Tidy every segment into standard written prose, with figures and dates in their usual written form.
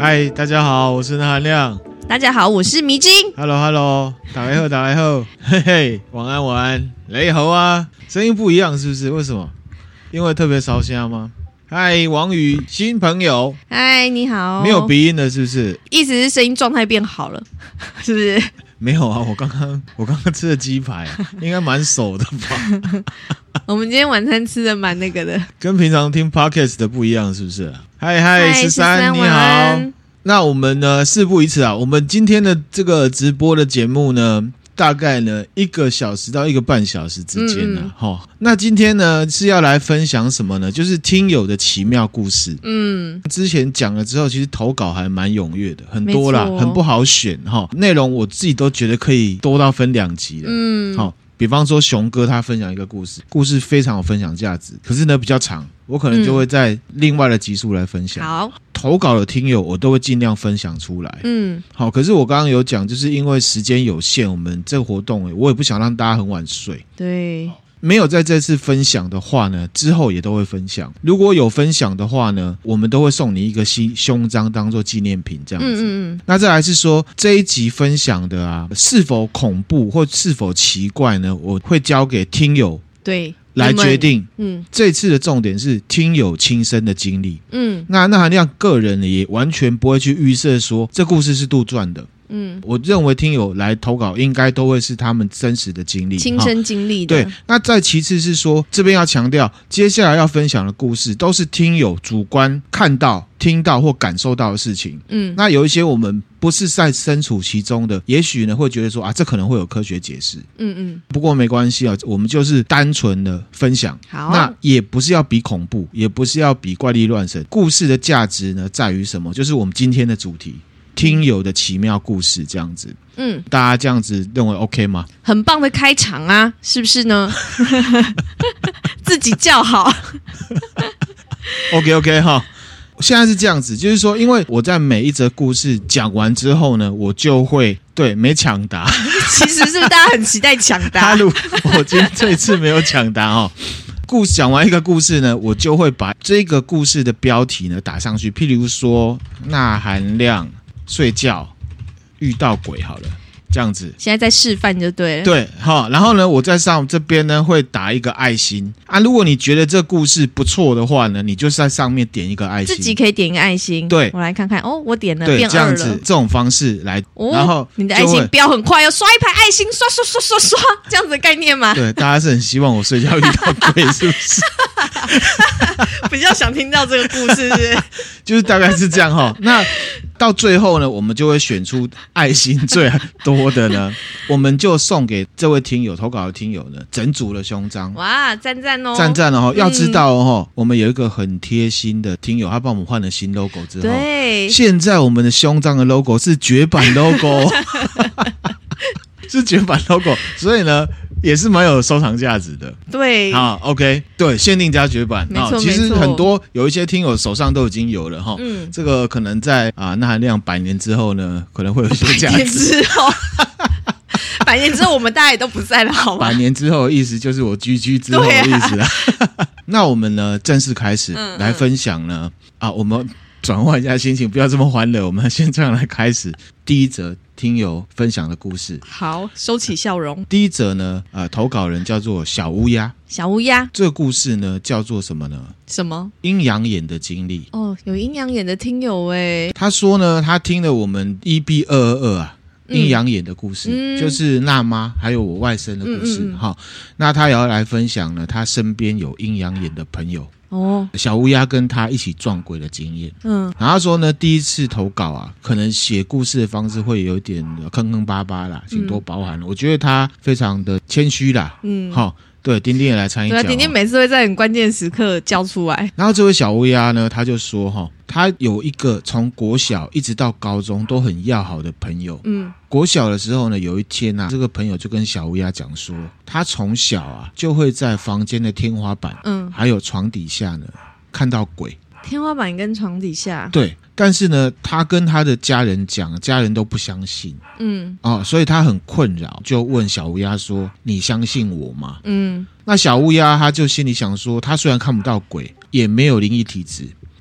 嗨，大家好，我是那含亮。 大家好，我是迷津。 Hello， 大家好，大家好，嘿嘿，晚安晚安，雷猴啊，声音不一样是不是？为什么？因为特别烧香吗？嗨，王宇，新朋友。 嗨，你好。 没有鼻音了是不是？ 意思是声音状态变好了，是不是？ 没有啊，我刚刚吃的鸡排、应该蛮熟的吧？ 我们今天晚餐吃的蛮那个的， 跟平常听 podcast 的不一样，是不是？嗨，13，你好。那我们呢，事不宜迟啊，我们今天的这个直播的节目呢，大概呢1个小时到1个半小时之间呢、那今天呢是要来分享什么呢？就是听友的奇妙故事。之前讲了之后，其实投稿还蛮踊跃的，很多啦，很不好选内容我自己都觉得可以多到分2集了。比方说熊哥他分享一个故事非常有分享价值，可是呢比较长，我可能就会在另外的集数来分享。 好， 投稿的听友我都会尽量分享出来。好，可是我刚刚有讲，就是因为时间有限，我们这个活动我也不想让大家很晚睡。 对。 没有在这次分享的话呢，之后也都会分享。如果有分享的话呢，我们都会送你一个胸章当做纪念品这样子。那再来是说这一集分享的啊，是否恐怖或是否奇怪呢？我会交给听友对来决定。这次的重点是听友亲身的经历。那含量个人也完全不会去预设说这故事是杜撰的。我认为听友来投稿应该都会是他们真实的经历， 亲身经历的。 对，那再其次是说，这边要强调，接下来要分享的故事都是听友主观看到、听到或感受到的事情。那有一些我们不是在身处其中的，也许呢会觉得说啊，这可能会有科学解释。不过没关系啊，我们就是单纯的分享。好，那也不是要比恐怖，也不是要比怪力乱神。故事的价值呢，在于什么？就是我们今天的主题。听友的奇妙故事这样子。大家这样子认为 OK 吗？ 很棒的开场啊，是不是呢？自己叫好。 OK 哈。现在是这样子，就是说因为我在每一则故事讲完之后呢，我就会没抢答。 其实是不是大家很期待抢答？ 我今天这一次没有抢答讲完一个故事呢，我就会把这个故事的标题呢打上去，譬如说那含量睡觉遇到鬼好了，这样子。 现在在示范就对了。 对，然后呢，我在上这边呢会打一个爱心啊。如果你觉得这故事不错的话呢，你就在上面点一个爱心， 自己可以点一个爱心。对，我来看看我点了，变2了。这样子这种方式来，然后你的爱心飙很快，刷一排爱心，刷，这样子的概念吗？ 对，大家是很希望我睡觉遇到鬼，是不是？ 比较想听到这个故事，是不是？ 就是大概是这样那到最后呢，我们就会选出爱心最多的呢，我们就送给这位听友投稿的听友呢整组的胸章。 哇，赞要知道我们有一个很贴心的听友，他帮我们换了新 logo 之后，对，现在我们的胸章的 logo 是绝版 logo。是绝版 logo， 所以呢也是蛮有收藏价值的。对，OK， 对，限定加绝版。其实很多有一些听友手上都已经有了这个可能在那含量100年之后呢，可能会有一些价值。100年之后 ，100年之后我们大家也都不在了，好吗？ 100年之后的意思就是我GG之后的意思啦。那我们呢正式开始来分享呢我们转换一下心情，不要这么欢乐。我们先这样来开始第一则听友分享的故事。 好，收起笑容。 第一则呢，投稿人叫做小乌鸦。 小乌鸦，这个故事呢叫做什么呢？ 什么？ 阴阳眼的经历。 有阴阳眼的听友他说呢，他听了我们 EP222阴阳眼的故事，就是娜妈还有我外甥的故事。那他也要来分享呢，他身边有阴阳眼的朋友。小乌鸦跟他一起撞鬼的经验。然后他说呢，第一次投稿可能写故事的方式会有点坑巴巴啦，请多包涵。我觉得他非常的谦虚啦。对，丁丁也来参与。对， 丁丁每次会在很关键时刻交出来。 然后这位小乌鸦呢，他就说他有一个从国小一直到高中都很要好的朋友。国小的时候呢，有一天这个朋友就跟小乌鸦讲说，他从小就会在房间的天花板，还有床底下呢看到鬼。 天花板跟床底下。 对，但是呢，他跟他的家人讲，家人都不相信。所以他很困扰，就问小乌鸦说：“你相信我吗？”那小乌鸦他就心里想说，他虽然看不到鬼，也没有灵异体质。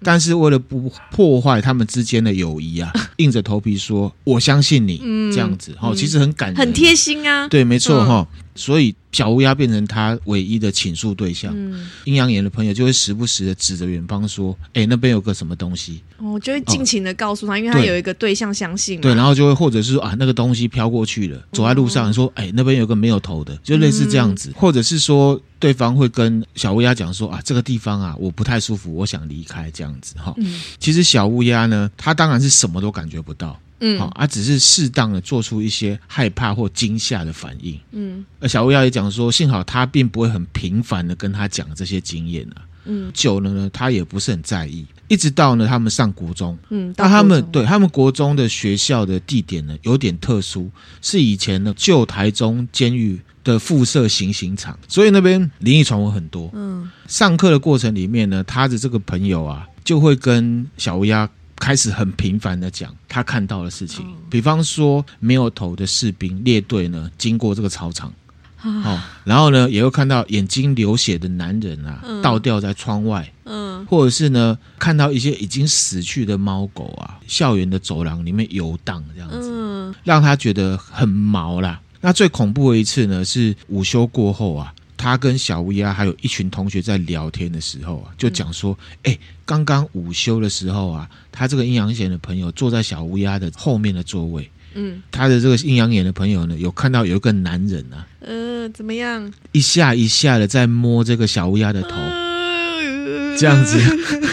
但是为了不破坏他们之间的友谊啊，硬着头皮说我相信你，这样子其实很感人， 很贴心啊。 对，没错所以小乌鸦变成他唯一的倾诉对象。阴阳眼的朋友就会时不时的指着远方说那边有个什么东西， 就会尽情的告诉他，因为他有一个对象相信嘛。 对，然后就会或者是说那个东西飘过去了，走在路上说那边有个没有头的，就类似这样子。或者是说对方会跟小乌鸦讲说这个地方我不太舒服，我想离开这样子其实小乌鸦呢，他当然是什么都感觉不到，只是适当的做出一些害怕或惊吓的反应。小乌鸦也讲说，幸好他并不会很频繁的跟他讲这些经验久了呢，他也不是很在意。一直到呢他们上国中，那他们国中的学校的地点呢有点特殊，是以前呢旧台中监狱的附设行刑场，所以那边灵异传闻很多。上课的过程里面呢，他的这个朋友就会跟小乌鸦开始很频繁的讲他看到的事情，比方说没有头的士兵列队呢经过这个操场，然后呢也会看到眼睛流血的男人倒吊在窗外，或者是呢看到一些已经死去的猫狗校园的走廊里面游荡这样子，让他觉得很毛啦。那最恐怖的一次呢是午休过后他跟小乌鸦还有一群同学在聊天的时候就讲说刚刚午休的时候他这个阴阳眼的朋友坐在小乌鸦的后面的座位，他的这个阴阳眼的朋友呢有看到有一个男人怎么样， 一下一下的在摸这个小乌鸦的头，这样子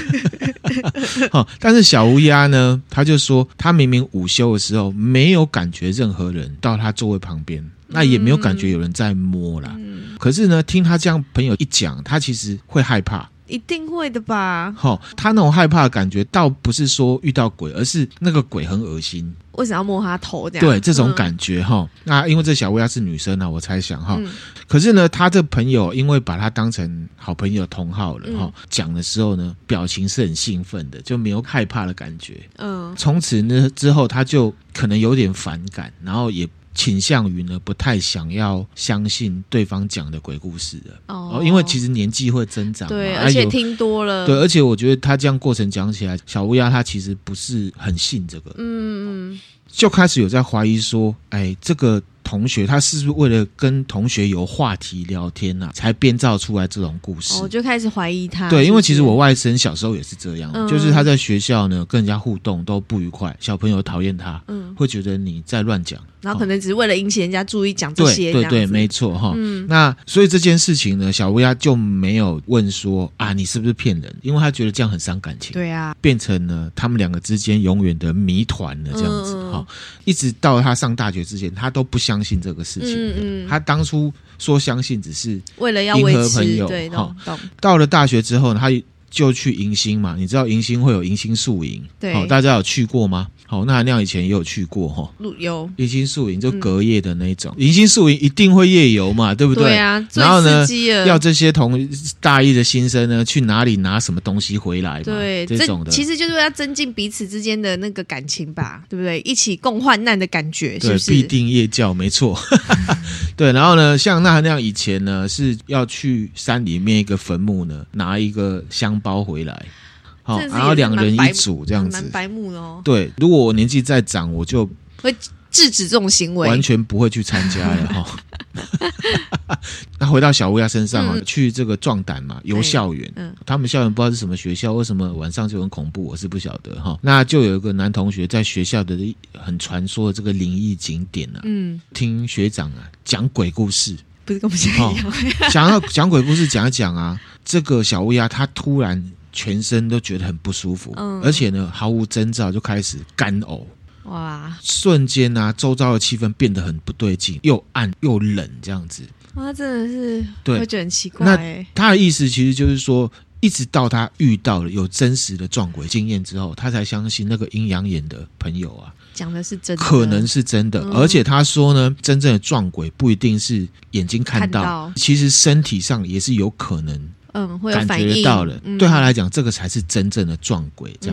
但是小乌鸦呢他就说他明明午休的时候没有感觉任何人到他座位旁边，那也没有感觉有人在摸啦，可是呢听他这样朋友一讲，他其实会害怕， 一定会的吧。 他那种害怕的感觉倒不是说遇到鬼，而是那个鬼很恶心， 为什么要摸他头这样？ 对，这种感觉那因为这小乌鸦是女生我猜想可是呢他这朋友因为把他当成好朋友同好了讲的时候呢表情是很兴奋的，就没有害怕的感觉。从此呢之后他就可能有点反感，然后也倾向于呢不太想要相信对方讲的鬼故事了因为其实年纪会增长， 对，而且听多了， 对，而且我觉得他这样过程讲起来，小乌鸦他其实不是很信这个，就开始有在怀疑说这个同学他是不是为了跟同学有话题聊天才编造出来这种故事， 我就开始怀疑他。 对，因为其实我外甥小时候也是这样，就是他在学校呢跟人家互动都不愉快，小朋友讨厌他，会觉得你在乱讲， 然后可能只是为了引起人家注意讲这些， 对，没错那所以这件事情呢，小乌鸦就没有问说你是不是骗人，因为他觉得这样很伤感情， 对啊， 变成呢他们两个之间永远的谜团了这样子一直到他上大学之前，他都不相信这个事情他当初说相信只是为了要迎合朋友， 对，懂。 到了大学之后呢，他就去迎新嘛，你知道迎新会有迎新宿营， 对， 大家有去过吗？那韩亮以前也有去过有迎新宿营，就隔夜的那一种迎新宿营一定会夜游嘛，对不对？ 对啊， 然后呢要这些大一的新生呢去哪里拿什么东西回来嘛， 对， 这种的其实就是要增进彼此之间的那个感情吧，对不对？一起共患难的感觉，是不是？ 对，必定夜教，没错对，然后呢像那韩亮以前呢是要去山里面一个坟墓呢拿一个香包回来然后2人一组这样子， 蛮白目的对，如果我年纪再长，我就会制止这种行为， 完全不会去参加了那回到小乌鸦身上去这个壮胆嘛，游校园他们校园不知道是什么学校，为什么晚上就很恐怖，我是不晓得那就有一个男同学在学校的很传说的这个灵异景点听学长讲鬼故事， 不是跟我们讲一样想要讲鬼故事讲一讲这个小乌鸦他突然全身都觉得很不舒服而且呢毫无征兆就开始干呕， 哇！ 瞬间周遭的气氛变得很不对劲，又暗又冷这样子， 真的是会觉得很奇怪那他的意思其实就是说，一直到他遇到了有真实的撞鬼经验之后，他才相信那个阴阳眼的朋友讲的是真的， 可能是真的而且他说呢，真正的撞鬼不一定是眼睛看到，其实身体上也是有可能会有感觉得到了对他来讲这个才是真正的撞鬼这样子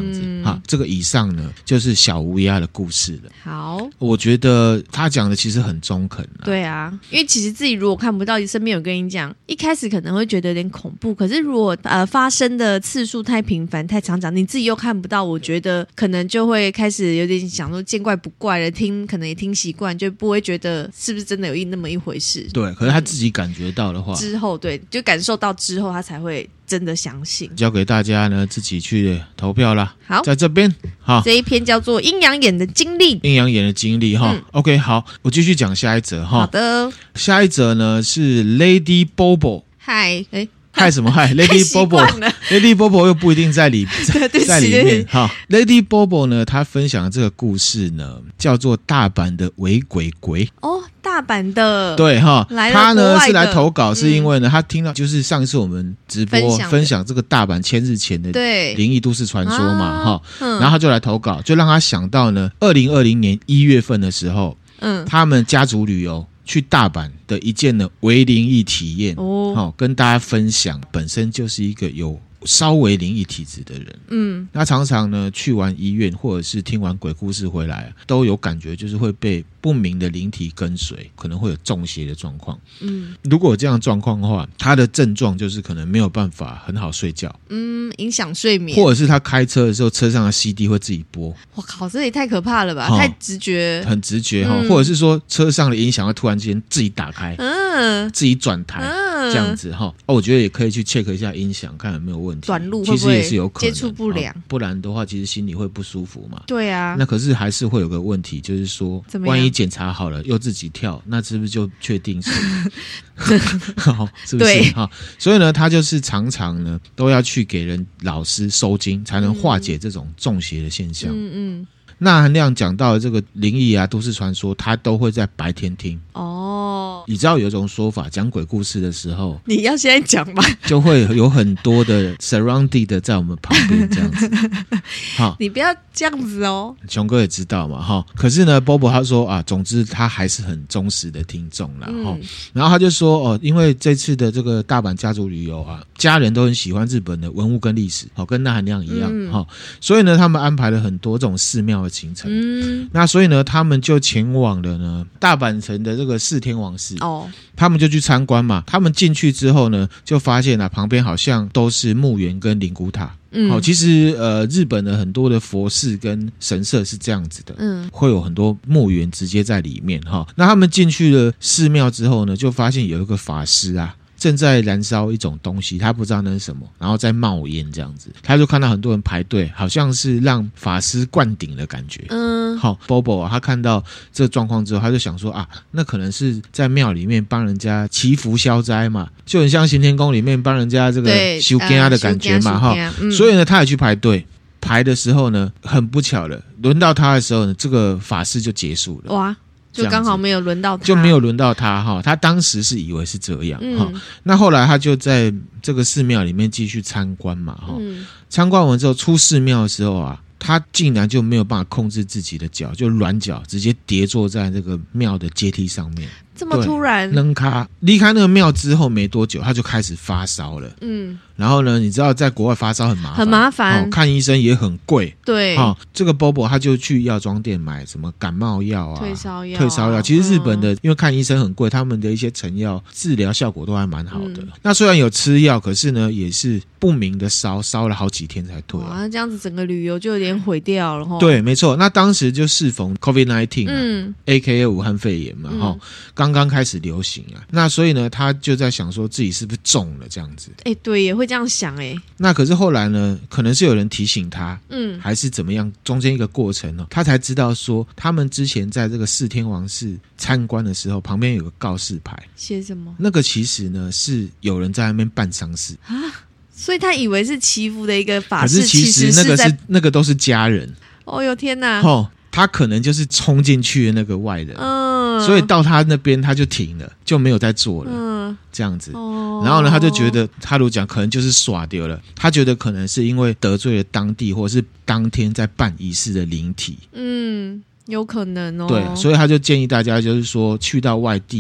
好，这个以上呢就是小乌鸦的故事了。 好， 我觉得他讲的其实很中肯啊。 对啊，因为其实自己如果看不到，身边有跟你讲，一开始可能会觉得有点恐怖，可是如果发生的次数太频繁太常讲，你自己又看不到，我觉得可能就会开始有点想说见怪不怪了，可能也听习惯，就不会觉得是不是真的有那么一回事。 对，可是他自己感觉到的话， 之后对，就感受到之后他才会真的相信。 交给大家呢自己去投票啦。 好， 在这边好， 这一篇叫做阴阳眼的经历。 阴阳眼的经历哈、OK， 好，我继续讲下一则哈。 好的， 下一则呢是 Lady Bobo。 嗨， 嗨什么嗨 ？Lady Bobo，Lady Bobo 又不一定在里面哈。Lady Bobo 呢，她分享的这个故事呢，叫做大阪的伪鬼鬼。 哦，大阪的， 对哈，他呢是来投稿，是因为呢，他听到就是上一次我们直播分享这个大阪千日前的灵异都市传说嘛哈，然后他就来投稿，就让他想到呢，2020年1月份的时候，他们家族旅游去大阪的一件呢微灵异体验哦，跟大家分享，本身就是一个有稍微灵异体质的人，那常常呢去完医院或者是听完鬼故事回来，都有感觉就是会被不明的灵体跟随，可能会有中邪的状况。如果有这样的状况的话，他的症状就是可能没有办法很好睡觉， 影响睡眠， 或者是他开车的时候车上的 CD 会自己播。 我靠，这也太可怕了吧，太直觉， 很直觉或者是说车上的音响会突然间自己打开，自己转台，这样子我觉得也可以去 check 一下音响，看有没有问题， 短路其实也是有可能接触不良， 不然的话其实心里会不舒服嘛。 对啊， 那可是还是会有个问题，就是说万一检查好了又自己跳，那是不是就确定是是不是所以呢他就是常常呢都要去给人老师收金，才能化解这种中邪的现象。那含量讲到的这个灵异啊都市传说，他都会在白天听。你知道有一种说法，讲鬼故事的时候， 你要现在讲吗？ 就会有很多的 surrounding 的在我们旁边这样子。 你不要这样子哦。熊哥也知道嘛可是呢 Bobo 他说啊，总之他还是很忠实的听众啦然后他就说因为这次的这个大阪家族旅游啊，家人都很喜欢日本的文物跟历史跟那含量一样所以呢他们安排了很多这种寺庙的行程那所以呢他们就前往了呢大阪城的这个四天王寺他们就去参观嘛。他们进去之后呢，就发现旁边好像都是墓园跟灵骨塔。其实日本的很多的佛寺跟神社是这样子的，会有很多墓园直接在里面那他们进去了寺庙之后呢，就发现有一个法师啊正在燃烧一种东西，他不知道那是什么，然后在冒烟这样子，他就看到很多人排队，好像是让法师灌顶的感觉。Bobo 他看到这个状况之后，他就想说那可能是在庙里面帮人家祈福消灾嘛，就很像行天宫里面帮人家这个修根的感觉嘛所以呢他也去排队。排的时候呢，很不巧了，轮到他的时候呢，这个法事就结束了。哇， 就刚好没有轮到他， 就没有轮到他他当时是以为是这样那后来他就在这个寺庙里面继续参观嘛参观完之后出寺庙的时候啊，他竟然就没有办法控制自己的脚，就软脚直接跌坐在这个庙的阶梯上面。 这么突然， 扔咖离开那个庙之后没多久，他就开始发烧了。然后呢，你知道在国外发烧很麻烦看医生也很贵。对这个 Bobo 他就去药妆店买什么感冒药啊、退烧药。其实日本的因为看医生很贵，他们的一些成药治疗效果都还蛮好的。那虽然有吃药，可是呢也是不明的烧了好几天才退。 哇，这样子整个旅游就有点毁掉了。 对，没错。那当时就适逢 COVID-19 AKA 武汉肺炎嘛刚刚开始流行那所以呢他就在想说自己是不是中了这样子。 对，也会这样想那可是后来呢，可能是有人提醒他还是怎么样，中间一个过程他才知道说他们之前在这个四天王寺参观的时候，旁边有个告示牌，写什么？那个其实呢是有人在那边办丧事所以他以为是祈福的一个法事， 可是其实那个都是家人。 哟天哪他可能就是冲进去的那个外人所以到他那边他就停了，就没有再做了这样子然后呢他就觉得他如果讲可能就是耍丢了，他觉得可能是因为得罪了当地或者是当天在办仪式的灵体有可能对，所以他就建议大家就是说去到外地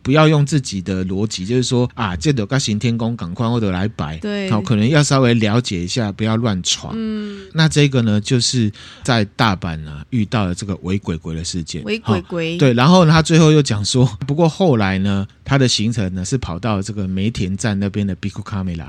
不要用自己的逻辑，就是说啊，这个跟行天宫赶快或者来摆， 对， 可能要稍微了解一下，不要乱闯。那这个呢，就是在大阪呢遇到了这个伪鬼鬼的事件， 伪鬼鬼， 对，然后呢，他最后又讲说，不过后来呢，他的行程呢是跑到这个梅田站那边的 Biku Kamera，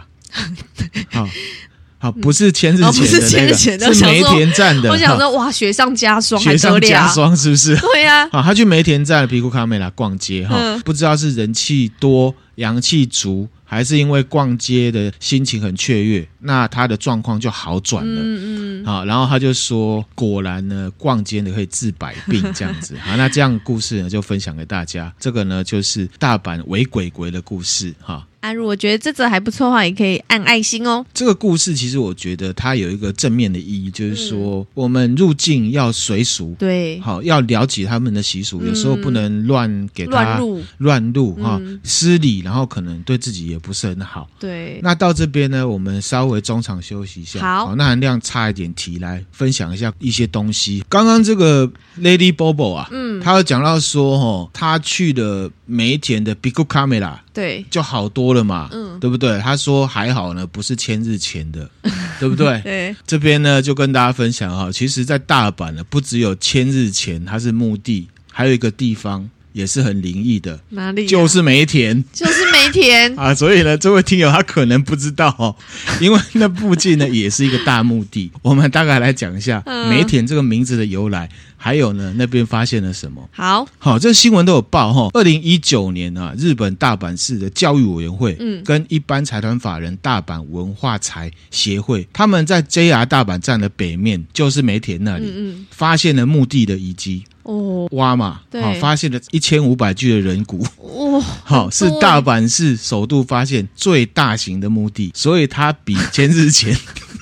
好，不是千日前的那个， 不是千日前的， 是梅田站的。 我想说，哇，雪上加霜， 雪上加霜是不是？ 对啊， 他去梅田站的 Biku Kamera 逛街不知道是人气多、阳气足，还是因为逛街的心情很雀跃，那他的状况就好转了。好，然后他就说，果然呢，逛街呢可以治百病这样子。好，那这样的故事呢就分享给大家。这个呢就是大阪伪鬼鬼的故事哈。 如果觉得这则还不错的话，也可以按爱心哦。 这个故事其实我觉得它有一个正面的意义，就是说我们入境要随俗， 对， 好，要了解他们的习俗，有时候不能乱给他乱入失礼，然后可能对自己也不是很好。对，那到这边呢，我们稍微中场休息一下。好，那含量差一点题来分享一下一些东西。刚刚这个 Lady Bobo 啊，他有讲到说他去了梅田的 Biku Kamera， 对，就好多了嘛，对不对？他说还好呢，不是千日前的，对不对？对，这边呢就跟大家分享其实在大阪呢，不只有千日前它是墓地，还有一个地方也是很灵异的。哪里？就是梅田，就是梅田啊！所以呢，这位听友他可能不知道因为那附近呢也是一个大墓地。我们大概来讲一下梅田这个名字的由来。还有呢，那边发现了什么？好，这个新闻都有报2019年啊，日本大阪市的教育委员会跟一般财团法人大阪文化财协会，他们在 JR 大阪站的北面，就是梅田那里，发现了墓地的遗迹。挖嘛，发现了1500具的人骨。是大阪市首度发现最大型的墓地，所以它比千日前。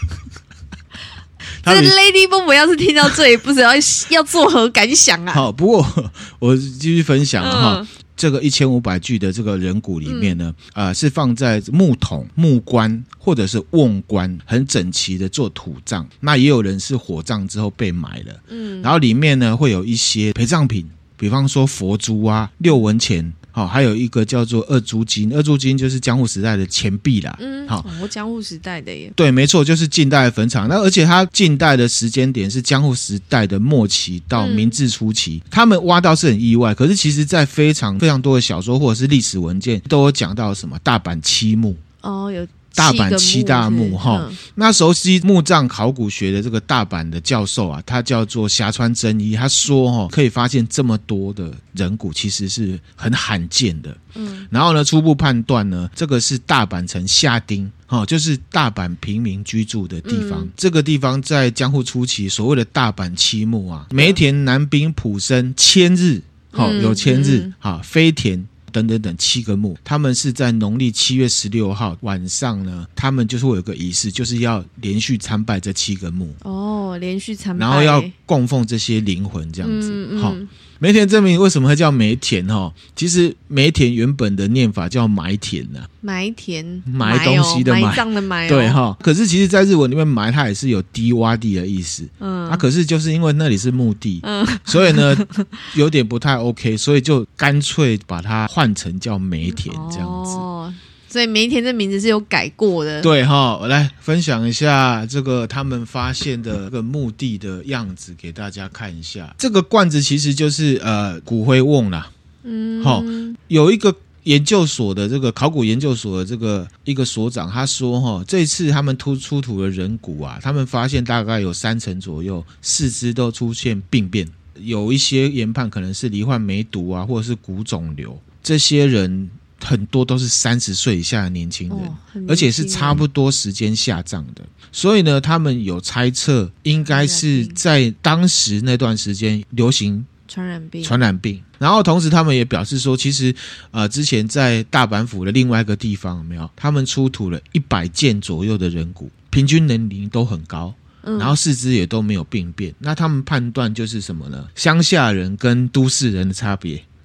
这 Lady Bobo 要是听到这里，不知道要作何感想啊？ 好，不过我继续分享这个1500具的这个人骨里面呢，是放在木桶、木棺或者是瓮棺，很整齐的做土葬。那也有人是火葬之后被埋了，然后里面呢会有一些陪葬品，比方说佛珠啊、6文钱。还有一个叫做二铢金，二铢金就是江户时代的钱币啦。 江户时代的耶。对， 没错，就是近代的坟场。那而且它近代的时间点是江户时代的末期到明治初期。他们挖到是很意外，可是其实在非常非常多的小说或者是历史文件都有讲到什么大阪七墓。有大阪七大墓那熟悉墓葬考古学的这个大阪的教授啊，他叫做霞川真一，他说可以发现这么多的人骨其实是很罕见的。然后呢，初步判断呢，这个是大阪城下町就是大阪平民居住的地方。这个地方在江户初期所谓的大阪七墓啊，梅田、南滨、浦生、千日有千日飞田等等等7个墓，他们是在农历7月16号晚上呢，他们就是会有个仪式，就是要连续参拜这7个墓。连续参拜，然后要供奉这些灵魂这样子。梅田这名为什么会叫梅田其实梅田原本的念法叫埋田埋田，埋东西的埋，埋葬的埋。对可是其实在日文里面埋它也是有低洼地的意思。可是就是因为那里是墓地，所以呢有点不太 OK， 所以就干脆把它换成叫梅田这样子。 所以梅田这名字是有改过的。 对我来分享一下这个他们发现的这个墓地的样子给大家看一下。这个罐子其实就是骨灰瓮啦。有一个研究所的这个考古研究所的这个一个所长，他说这次他们出土的人骨啊，他们发现大概有30%左右四肢都出现病变，有一些研判可能是罹患梅毒啊，或者是骨肿瘤。这些人很多都是30岁以下的年轻人，而且是差不多时间下葬的。所以呢，他们有猜测应该是在当时那段时间流行传染病。然后同时他们也表示说，其实之前在大阪府的另外一个地方有没有，他们出土了100件左右的人骨，平均年龄都很高，然后四肢也都没有病变。那他们判断就是什么呢？乡下人跟都市人的差别。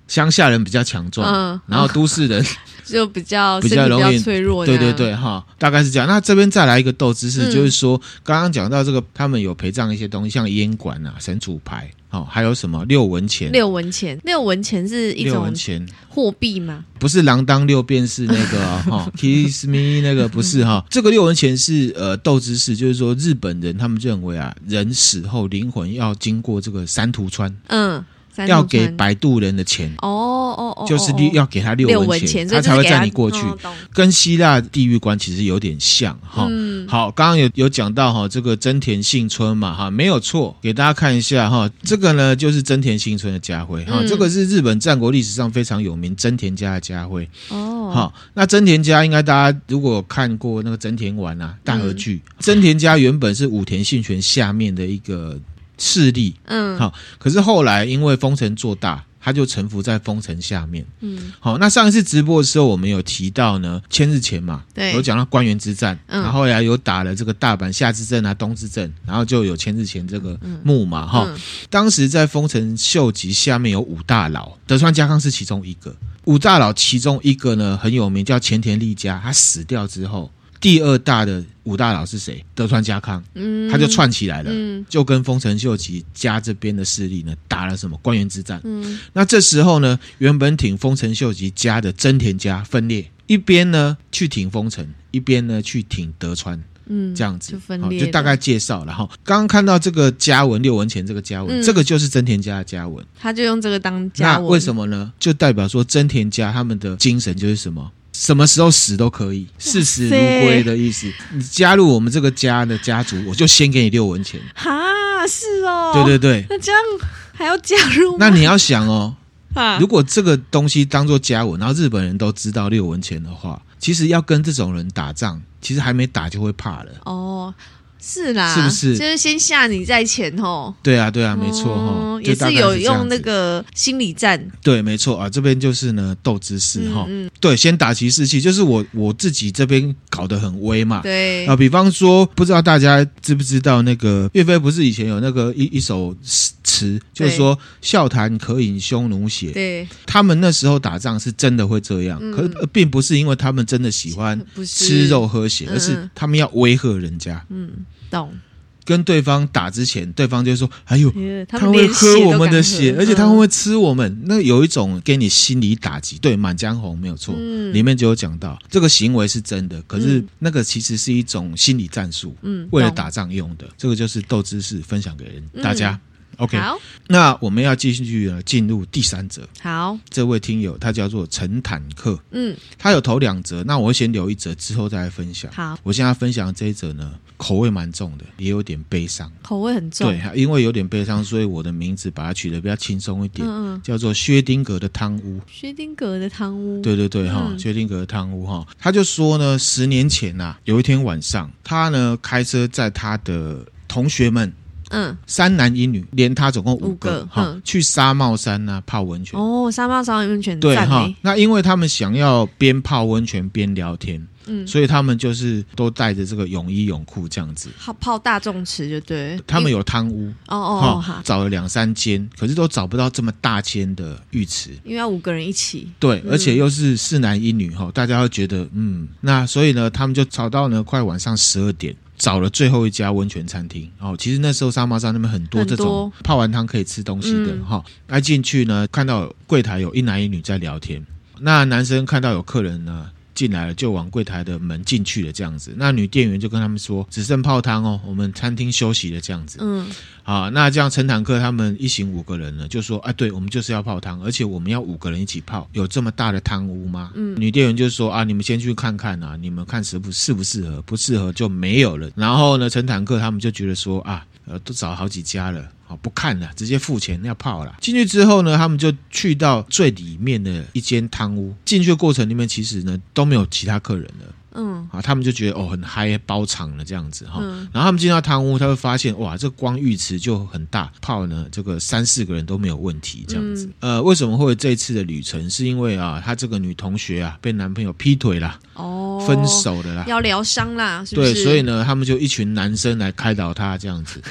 乡下人比较强壮，然后都市人就比较容易脆弱。 对对对哈，大概是这样。那这边再来一个斗知识，就是说刚刚讲到这个，他们有陪葬一些东西，像烟管啊、神主牌。还有什么6文钱？6 文钱是一种货币吗？ 不是锒铛6便士那个kiss me 那个不是哈。这个6文钱是斗知识，就是说日本人他们认为啊，人死后灵魂要经过这个三途川，要给摆渡人的钱就是要给他6文钱，他才会载你过去，跟希腊地狱观其实有点像哈。好，刚刚有讲到哈，这个真田幸村嘛哈，没有错，给大家看一下哈，这个呢就是真田幸村的家徽哈，这个是日本战国历史上非常有名真田家的家徽好，那真田家应该大家如果看过那个真田丸啊大河剧，真田家原本是武田信玄下面的一个势力好，可是后来因为丰臣做大，他就臣服在丰臣下面好，那上一次直播的时候我们有提到呢千日前嘛，有讲到关原之战然后后来有打了这个大阪夏之阵啊东之阵，然后就有千日前这个墓嘛当时在丰臣秀吉下面有5大佬，德川家康是其中一个，5大佬其中一个呢很有名，叫前田利家，他死掉之后第2大的5大佬是谁？德川家康他就串起来了就跟丰臣秀吉家这边的势力呢打了什么关原之战那这时候呢原本挺丰臣秀吉家的真田家分裂，一边呢去挺丰臣，一边呢去挺德川这样子就分裂就大概介绍了哈。刚刚看到这个家文6文钱这个家文这个就是真田家的家文， 他就用这个当家文。 那为什么呢？就代表说真田家他们的精神就是什么？什么时候死都可以，视死如归的意思。你加入我们这个家的家族，我就先给你6文钱。 哈，是哦。 对对对。 那这样还要加入吗？ 那你要想哦，如果这个东西当作家文，然后日本人都知道6文钱的话，其实要跟这种人打仗，其实还没打就会怕了。 是啦， 是不是？ 就是先吓你再前对啊，对啊，没错也是有用那个心理战。 对，没错啊，这边就是呢斗知识对，先打其士气，就是我自己这边搞得很威嘛。 对比方说，不知道大家知不知道那个岳飞不是以前有那个一首词，就是说笑谈渴饮匈奴血。 对， 他们那时候打仗是真的会这样，可是并不是因为他们真的喜欢吃肉喝血，而是他们要威吓人家。 懂。 跟对方打之前，对方就说：“哎呦，他会喝我们的血，而且他会吃我们。”那有一种给你心理打击。对，《满江红》没有错，里面就有讲到这个行为是真的，可是那个其实是一种心理战术，为了打仗用的。这个就是斗知识，分享给大家。OK， 好， 那我们要继续进入第3则。 好， 这位听友他叫做陈坦克，他有头2则，那我会先留1则，之后再来分享。 好， 我现在分享这一则呢，口味蛮重的，也有点悲伤， 口味很重。 对，因为有点悲伤，所以我的名字把它取得比较轻松一点，叫做薛丁格的汤屋。 薛丁格的汤屋， 对对对薛丁格的汤屋他就说呢，10年前有一天晚上，他呢开车载他的同学们。3男1女，连他总共5个去沙帽山泡温泉。 沙帽山温泉对那因为他们想要边泡温泉边聊天，所以他们就是都带着这个泳衣泳裤这样子泡大众池就对。 他们有汤屋找了2-3间，可是都找不到这么大间的浴池， 因为要5个人一起。 对，而且又是4男1女大家会觉得那所以呢，他们就找到呢快晚上12点。找了最后一家温泉餐厅其实那时候沙帽山那边很多这种泡完汤可以吃东西的进去呢，看到柜台有1男1女在聊天，那男生看到有客人呢进来了，就往柜台的门进去了这样子。那女店员就跟他们说，只剩泡汤我们餐厅休息了这样子。那这样陈坦克他们一行5个人呢，就说对，我们就是要泡汤，而且我们要5个人一起泡，有这么大的汤屋吗？女店员就说你们先去看看你们看适不适合，不适合就没有了。然后呢，陈坦克他们就觉得说都找好几家了，不看了，直接付钱要泡了。进去之后呢，他们就去到最里面的一间汤屋，进去的过程里面其实呢都没有其他客人了。他们就觉得很嗨，包场了这样子然后他们进到汤屋，他会发现哇，这光浴池就很大，泡呢这个3-4个人都没有问题这样子。为什么会有这一次的旅程？是因为他这个女同学被男朋友劈腿啦，分手了啦， 要疗伤啦，是不是？ 对，所以呢，他们就一群男生来开导她这样子。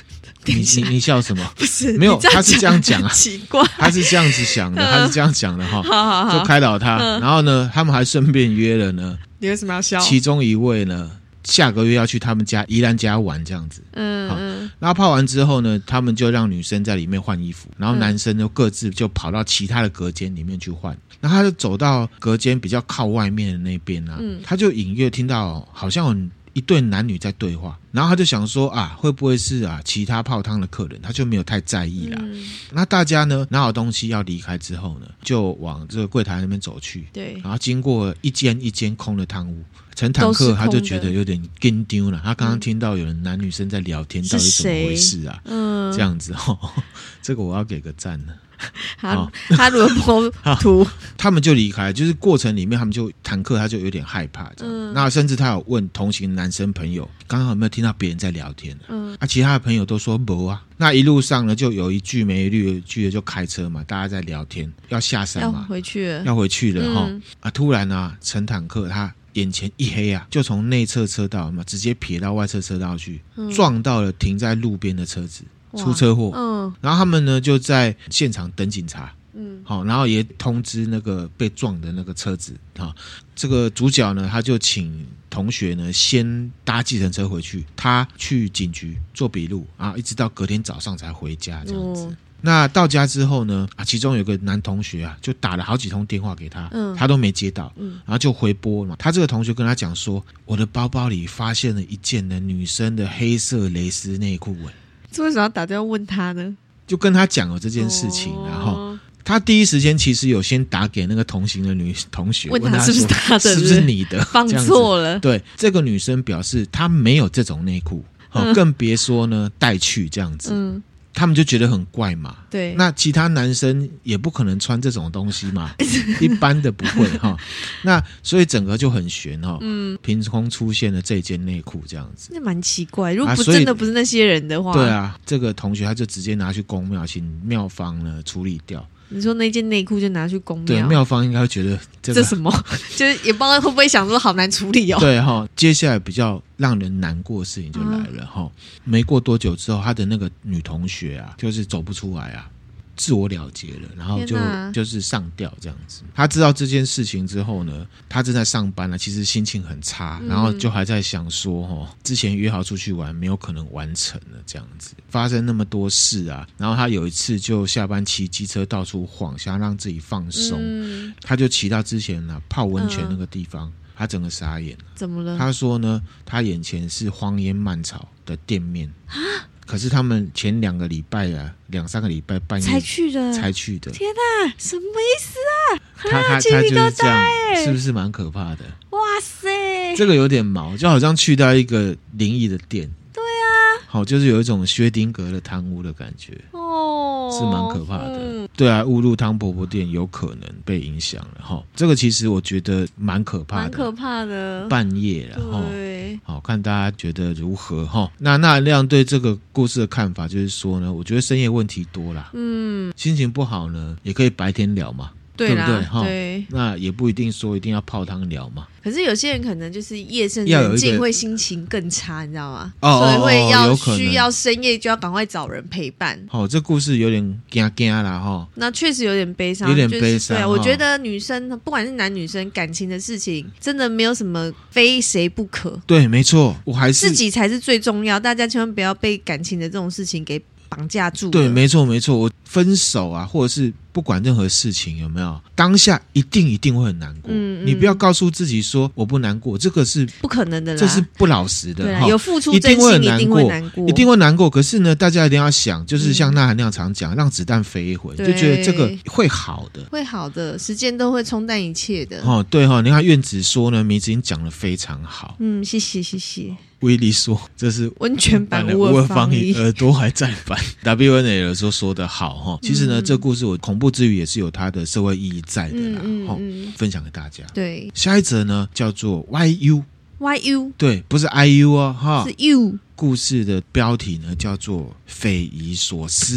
你笑什么？ 不是， 没有，他是这样讲啊， 奇怪， 他是这样子想的，他是这样讲的哈， 好就开导他，然后呢，他们还顺便约了呢， 你为什么要笑？ 其中一位呢，下个月要去他们家宜兰家玩这样子，然后泡完之后呢，他们就让女生在里面换衣服，然后男生就各自就跑到其他的隔间里面去换，然后他就走到隔间比较靠外面的那边啊，他就隐约听到好像有一对男女在对话，然后他就想说啊，会不会是其他泡汤的客人，他就没有太在意啦。那大家呢拿好东西要离开之后呢，就往这个柜台那边走去， 对， 然后经过一间一间空的汤屋，陈坦克他就觉得有点惊丢了，他刚刚听到有人男女生在聊天，到底怎么回事啊？这样子这个我要给个赞了。 他如果剖图， 他们就离开，就是过程里面他们就坦克他就有点害怕那甚至他有问同行男生朋友刚刚有没有听到别人在聊天其他的朋友都说没啊。那一路上呢就有一句没一句的就开车嘛，大家在聊天，要下山嘛，要回去了突然陈坦克他眼前一黑就从内侧车道嘛直接撇到外侧车道去，撞到了停在路边的车子，出车祸。然后他们呢就在现场等警察，然后也通知那个被撞的那个车子这个主角呢他就请同学呢先搭计程车回去，他去警局做笔录一直到隔天早上才回家这样子。那到家之后呢其中有个男同学就打了好几通电话给他，他都没接到，然后就回拨嘛。他这个同学跟他讲说，我的包包里发现了一件呢女生的黑色蕾丝内裤。 这为什么要打电话问他呢？ 就跟他讲了这件事情，然后他第一时间其实有先打给那个同行的女同学， 问他是不是他的， 是不是你的， 放错了。 对，这个女生表示她没有这种内裤，更别说呢带去这样子。他们就觉得很怪嘛， 对， 那其他男生也不可能穿这种东西嘛，一般的不会那所以整个就很悬凭空出现了这件内裤这样子， 那蛮奇怪。如果真的不是那些人的话， 对这个同学他就直接拿去公庙，请庙方呢处理掉。 你说那件内裤就拿去公庙， 对，庙方应该会觉得这什么，就是也不知道会不会想说好难处理对接下来比较让人难过的事情就来了没过多久之后，他的那个女同学就是走不出来自我了结了，然后就是上吊这样子。他知道这件事情之后呢，他正在上班其实心情很差，然后就还在想说之前约好出去玩没有可能完成了这样子，发生那么多事然后他有一次就下班骑机车到处晃，想要让自己放松，他就骑到之前泡温泉那个地方，他整个傻眼了。 怎么了？他说呢，他眼前是荒烟蔓草的店面可是他们前2-3个礼拜半夜才去的。 天哪，什么意思他就是这样，是不是蛮可怕的？ 哇塞， 这个有点毛，就好像去到一个灵异的店。 对啊， 就是有一种薛丁格的贪污的感觉是蛮可怕的。对误入汤婆婆店有可能被影响了这个其实我觉得蛮可怕的，半夜了对， 看大家觉得如何那亮对这个故事的看法就是说呢，我觉得深夜问题多啦，心情不好呢也可以白天聊嘛，对不对？ 对， 那也不一定说一定要泡汤聊嘛。 可是有些人可能就是夜深人静会心情更差，你知道吗？所以会需要深夜就要赶快找人陪伴。 这故事有点惊啦那确实有点悲伤，对我觉得女生不管是男女生感情的事情，真的没有什么非谁不可。 对，没错，我还是自己才是最重要，大家千万不要被感情的这种事情给绑架住了。 对，没错，我分手或者是不管任何事情有没有，当下一定会很难过。你不要告诉自己说我不难过，这个是不可能的啦，这是不老实的。 对，有付出真心一定会难过， 一定会难过。可是呢，大家一定要想，就是像呐喊那样常讲，让子弹飞一回，就觉得这个会好的， 会好的，时间都会冲淡一切的。 对你看苑子说呢，迷子已经讲得非常好。 谢谢。 威力说这是温泉版乌尔方语，耳朵还在翻。WNL 说的好其实呢，这故事我恐怖之余也是有它的社会意义在的啦，分享给大家。 对， 下一则呢叫做 YU， 对，不是 IU 是 U。 故事的标题呢叫做匪夷所思。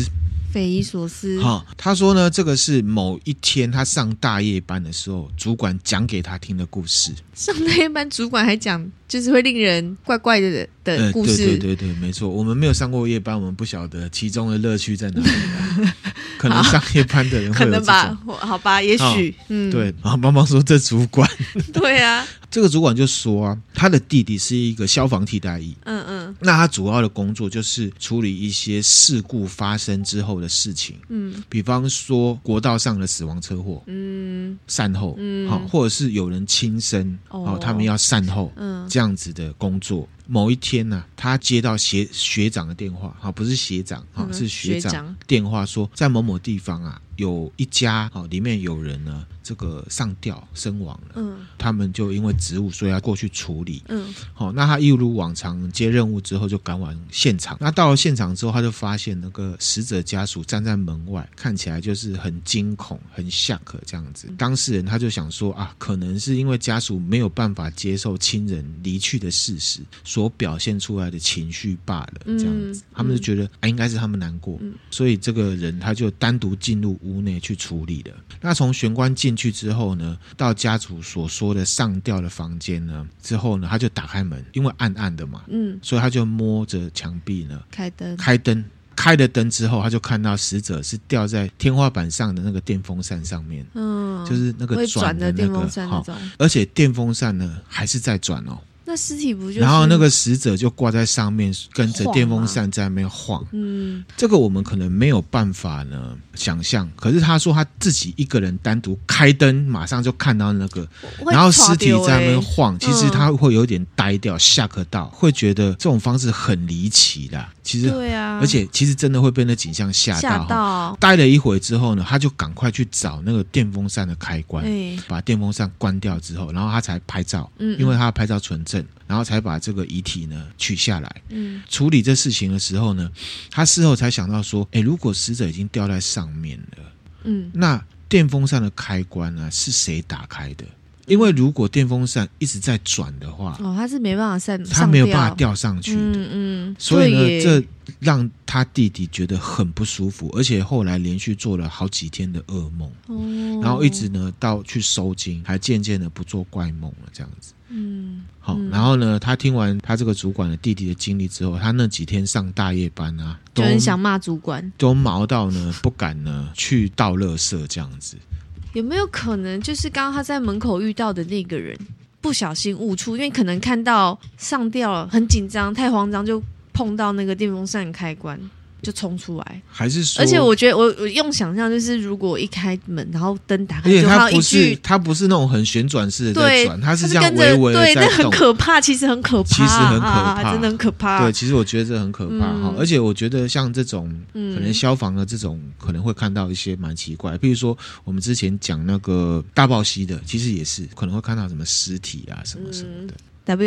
匪夷所思。 他说呢，这个是某一天他上大夜班的时候，主管讲给他听的故事。 上大夜班，主管还讲，就是会令人怪怪的故事。 对，没错。我们没有上过夜班，我们不晓得其中的乐趣在哪里。可能上夜班的人会有这种，可能吧，好吧，也许， 对。然后邦邦说这主管， 对啊， 这个主管就说啊，他的弟弟是一个消防替代役，那他主要的工作就是处理一些事故发生之后的事情，比方说国道上的死亡车祸，善后，或者是有人轻生，他们要善后，这样子的工作。某一天呢，他接到学长的电话，不是学长，是学长电话说，在某某地方啊，有一家里面有人呢，这个上吊身亡了，他们就因为职务，所以要过去处理。那他一如往常接任务之后就赶往现场。那到了现场之后，他就发现那个死者家属站在门外，看起来就是很惊恐、很吓可这样子。当事人他就想说啊，可能是因为家属没有办法接受亲人离去的事实所表现出来的情绪罢了，这样子。他们就觉得应该是他们难过，所以这个人他就单独进入屋内去处理了。那从玄关进去之后呢，到家属所说的上吊的房间呢，之后呢，他就打开门，因为暗暗的嘛，所以他就摸着墙壁呢，开了灯之后，他就看到死者是吊在天花板上的那个电风扇上面，就是那个转的那个，而且电风扇呢还是在转哦。 那尸体不就是？ 然后那个死者就挂在上面，跟着电风扇在那边晃。这个我们可能没有办法呢想象。可是他说他自己一个人单独开灯，马上就看到那个，然后尸体在那边晃。其实他会有点呆掉，吓个到，会觉得这种方式很离奇啦。其实对啊，而且其实真的会被那景象吓到。呆了一会之后呢，他就赶快去找那个电风扇的开关，把电风扇关掉之后，然后他才拍照，因为他要拍照存证。然后才把这个遗体呢取下来，处理这事情的时候呢，他事后才想到说，如果死者已经吊在上面了，那电风扇的开关呢是谁打开的？因为如果电风扇一直在转的话， 他是没办法他没有办法吊上去的，所以呢，这让他弟弟觉得很不舒服，而且后来连续做了好几天的噩梦，然后一直呢到去收惊，还渐渐的不做怪梦了，这样子。然后呢，他听完他这个主管的弟弟的经历之后，他那几天上大夜班啊， 就很想骂主管， 都毛到呢不敢呢去倒垃圾这样子。 有没有可能就是刚刚他在门口遇到的那个人不小心误触，因为可能看到上吊了，很紧张太慌张，就碰到那个电风扇开关就冲出来， 还是说？ 而且我觉得我用想象就是，如果一开门，然后灯打开， 而且它不是那种很旋转式的在转，它是这样微微的在动， 对，那很可怕，其实很可怕，真的很可怕。 对，其实我觉得这很可怕哈，而且我觉得像这种可能消防的这种，可能会看到一些蛮奇怪，比如说我们之前讲那个大豹溪的，其实也是可能会看到什么尸体啊什么什么的。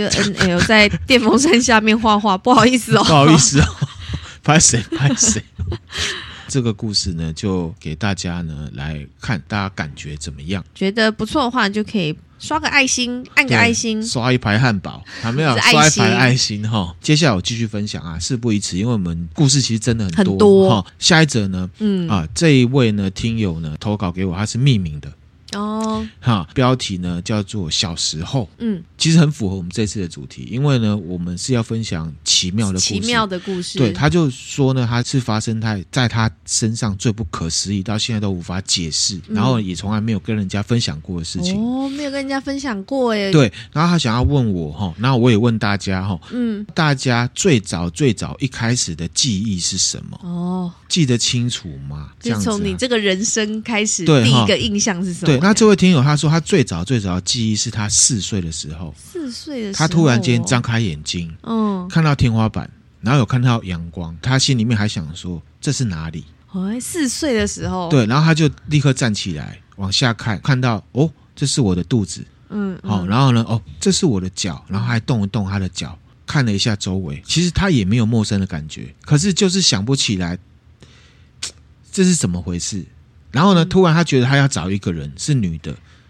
WNL 在电风扇下面画画，不好意思哦， 不好意思哦。拍谁？这个故事呢，就给大家呢来看，大家感觉怎么样？ 觉得不错的话，就可以刷个爱心，按个爱心， 刷一排汉堡，还没有刷一排爱心哈。接下来我继续分享啊，事不宜迟，因为我们故事其实真的很多哈。下一则呢，这一位呢听友呢投稿给我，他是匿名的。标题呢叫做小时候，其实很符合我们这次的主题，因为呢我们是要分享奇妙的故事，对，他就说呢他是发生在他身上最不可思议，到现在都无法解释，然后也从来没有跟人家分享过的事情， 没有跟人家分享过耶， 对，然后他想要问我然后我也问大家大家最早一开始的记忆是什么？记得清楚吗？ 就从你这个人生开始，第一个印象是什么？ 对，那这位听友他说他最早的记忆是他4岁的时候 ，4岁的时候， 他突然间张开眼睛，看到天花板，然后有看到阳光，他心里面还想说这是哪里 ？4岁的时候， 对，然后他就立刻站起来往下看到这是我的肚子，然后呢这是我的脚，然后还动一动他的脚，看了一下周围，其实他也没有陌生的感觉，可是就是想不起来这是怎么回事。然后呢，突然他觉得他要找一个人，是女的，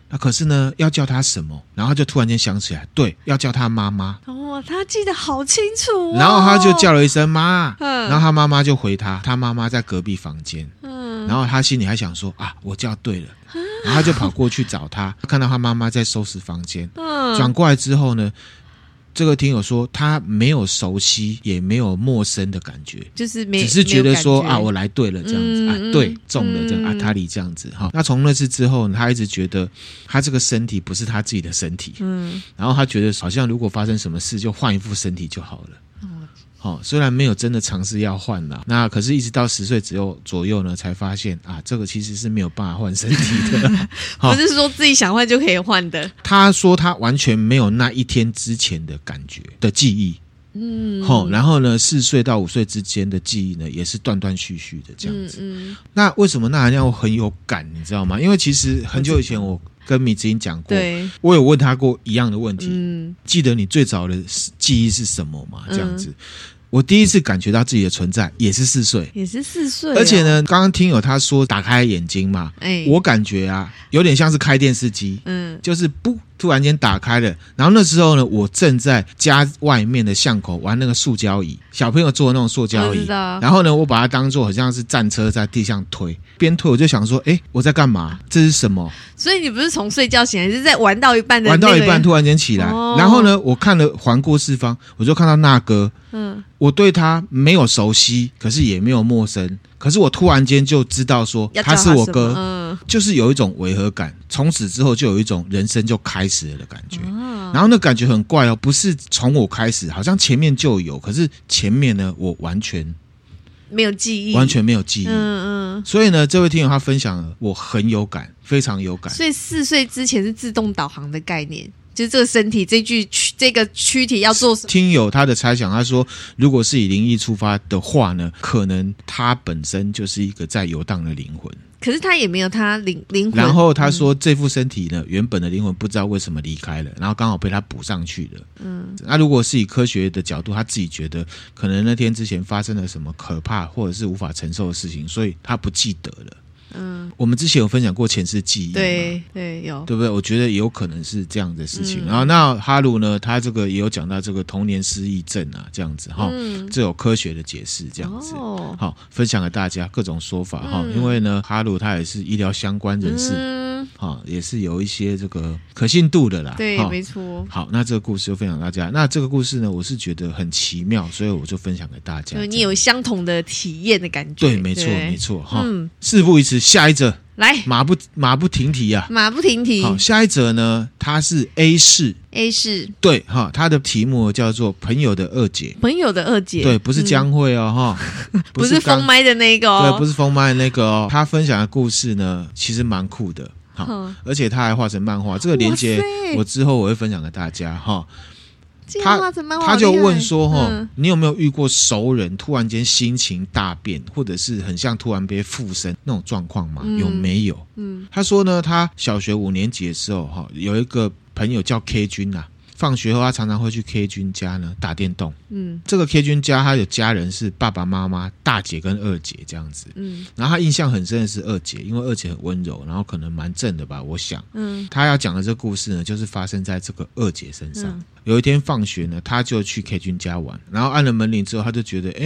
那可是呢要叫他什么，然后他就突然间想起来，对，要叫他妈妈。 他记得好清楚然后他就叫了一声妈，然后他妈妈就回他妈妈在隔壁房间。然后他心里还想说啊，我叫对了，然后他就跑过去找他，看到他妈妈在收拾房间。转过来之后呢，这个听友说他没有熟悉也没有陌生的感觉， 就是只是觉得说啊，我来对了这样子，啊，对，中了这样，他里这样子哈。那从那次之后呢，他一直觉得他这个身体不是他自己的身体，然后他觉得好像如果发生什么事就换一副身体就好了。虽然没有真的尝试要换啦，那可是一直到10岁左右呢，才发现啊，这个其实是没有办法换身体的。 不是说自己想换就可以换的。 他说他完全没有那一天之前的感觉的记忆。然后呢，4岁到5岁之间的记忆呢，也是断断续续的这样子。那为什么那含量很有感，你知道吗？因为其实很久以前我跟米子英讲过，我有问他过一样的问题。记得你最早的记忆是什么吗？这样子。我第一次感觉到自己的存在也是4岁，而且呢，刚刚听友他说打开眼睛嘛，我感觉啊，有点像是开电视机，就是不突然间打开了，然后那时候呢，我正在家外面的巷口玩那个塑胶椅，小朋友坐的那种塑胶椅，然后呢，我把它当作好像是战车在地上推，边推我就想说，我在干嘛？这是什么？ 所以你不是从睡觉醒来，是在玩到一半的、 玩到一半突然间起来，然后呢，我看了环顾四方，我就看到那哥，我对他没有熟悉，可是也没有陌生，可是我突然间就知道说他是我哥，就是有一种违和感，从此之后就有一种人生就开始了的感觉。然后那感觉很怪哦，不是从我开始，好像前面就有，可是前面呢我完全没有记忆， 完全没有记忆。所以呢，这位听友他分享了，我很有感，非常有感。 所以4岁之前是自动导航的概念，就是这个身体这个躯体要做什么。 听友他的猜想，他说如果是以灵异出发的话呢，可能他本身就是一个在游荡的灵魂。 可是他也没有他灵魂。 然后他说这副身体呢，原本的灵魂不知道为什么离开了，然后刚好被他补上去了。那如果是以科学的角度，他自己觉得可能那天之前发生了什么可怕或者是无法承受的事情，所以他不记得了。我们之前有分享过前世记忆， 对，有， 对不对？我觉得也有可能是这样的事情。然后那哈鲁呢，他这个也有讲到这个童年失忆症啊，这样子哈，这有科学的解释，这样子。好，分享给大家各种说法哈。因为呢，哈鲁他也是医疗相关人士，也是有一些这个可信度的啦。 对，没错。 好，那这个故事就分享给大家。那这个故事呢，我是觉得很奇妙，所以我就分享给大家。 你有相同的体验的感觉。 对，没错，没错。哈，事不宜迟，下一则来，马不停蹄啊， 马不停蹄。 好，下一则呢，它是 A 市，对哈，它的题目叫做朋友的二姐，对，不是江蕙哦哈， 不是封麦的那个哦， 对，不是封麦的那个哦。他分享的故事呢，其实蛮酷的。好，而且他还画成漫画，这个连结我之后我会分享给大家哈。他就问说你有没有遇过熟人突然间心情大变，或者是很像突然被附身那种状况吗？有没有？他说呢，他小学5年级的时候有一个朋友叫 K 君啊，放学后他常常会去 K 君家呢打电动。这个 K 君家他有家人是爸爸妈妈、大姐跟二姐这样子。然后他印象很深的是二姐，因为二姐很温柔，然后可能蛮正的吧，我想。他要讲的这个故事呢，就是发生在这个二姐身上。有一天放学呢，他就去 K 君家玩，然后按了门铃之后，他就觉得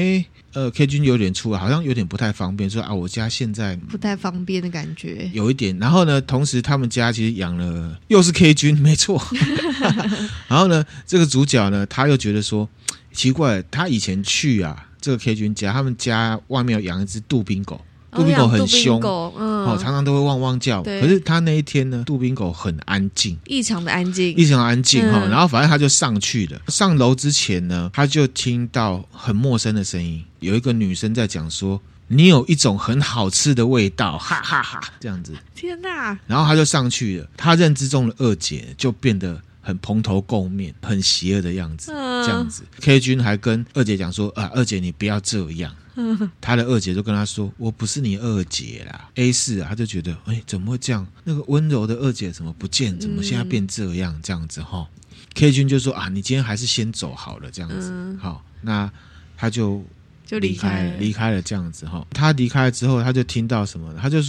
K 君有点出来，好像有点不太方便，说啊，我家现在不太方便的感觉， 有一点。然后呢，同时他们家其实养了又是 K 君，没错。然后呢，这个主角呢，他又觉得说奇怪，他以前去啊这个 K 君家，他们家外面有养一只杜宾狗。杜宾狗很凶，常常都会汪汪叫。可是他那一天呢，杜宾狗很安静， 异常的安静。 然后反正他就上去了。上楼之前呢，他就听到很陌生的声音，有一个女生在讲说：“你有一种很好吃的味道，哈哈哈！”这样子。 天哪！ 然后他就上去了，他认知中的二姐就变得很蓬头垢面，很邪恶的样子，这样子。K 君还跟二姐讲说：“二姐你不要这样。”他的二姐就跟他说：“我不是你二姐啦。”A4他就觉得怎么会这样？那个温柔的二姐怎么不见？怎么现在变这样？这样子哈。K 君就说：“你今天还是先走好了，这样子。”好，那他就离开了这样子哈。他离开了之后，他就听到什么？他就说：“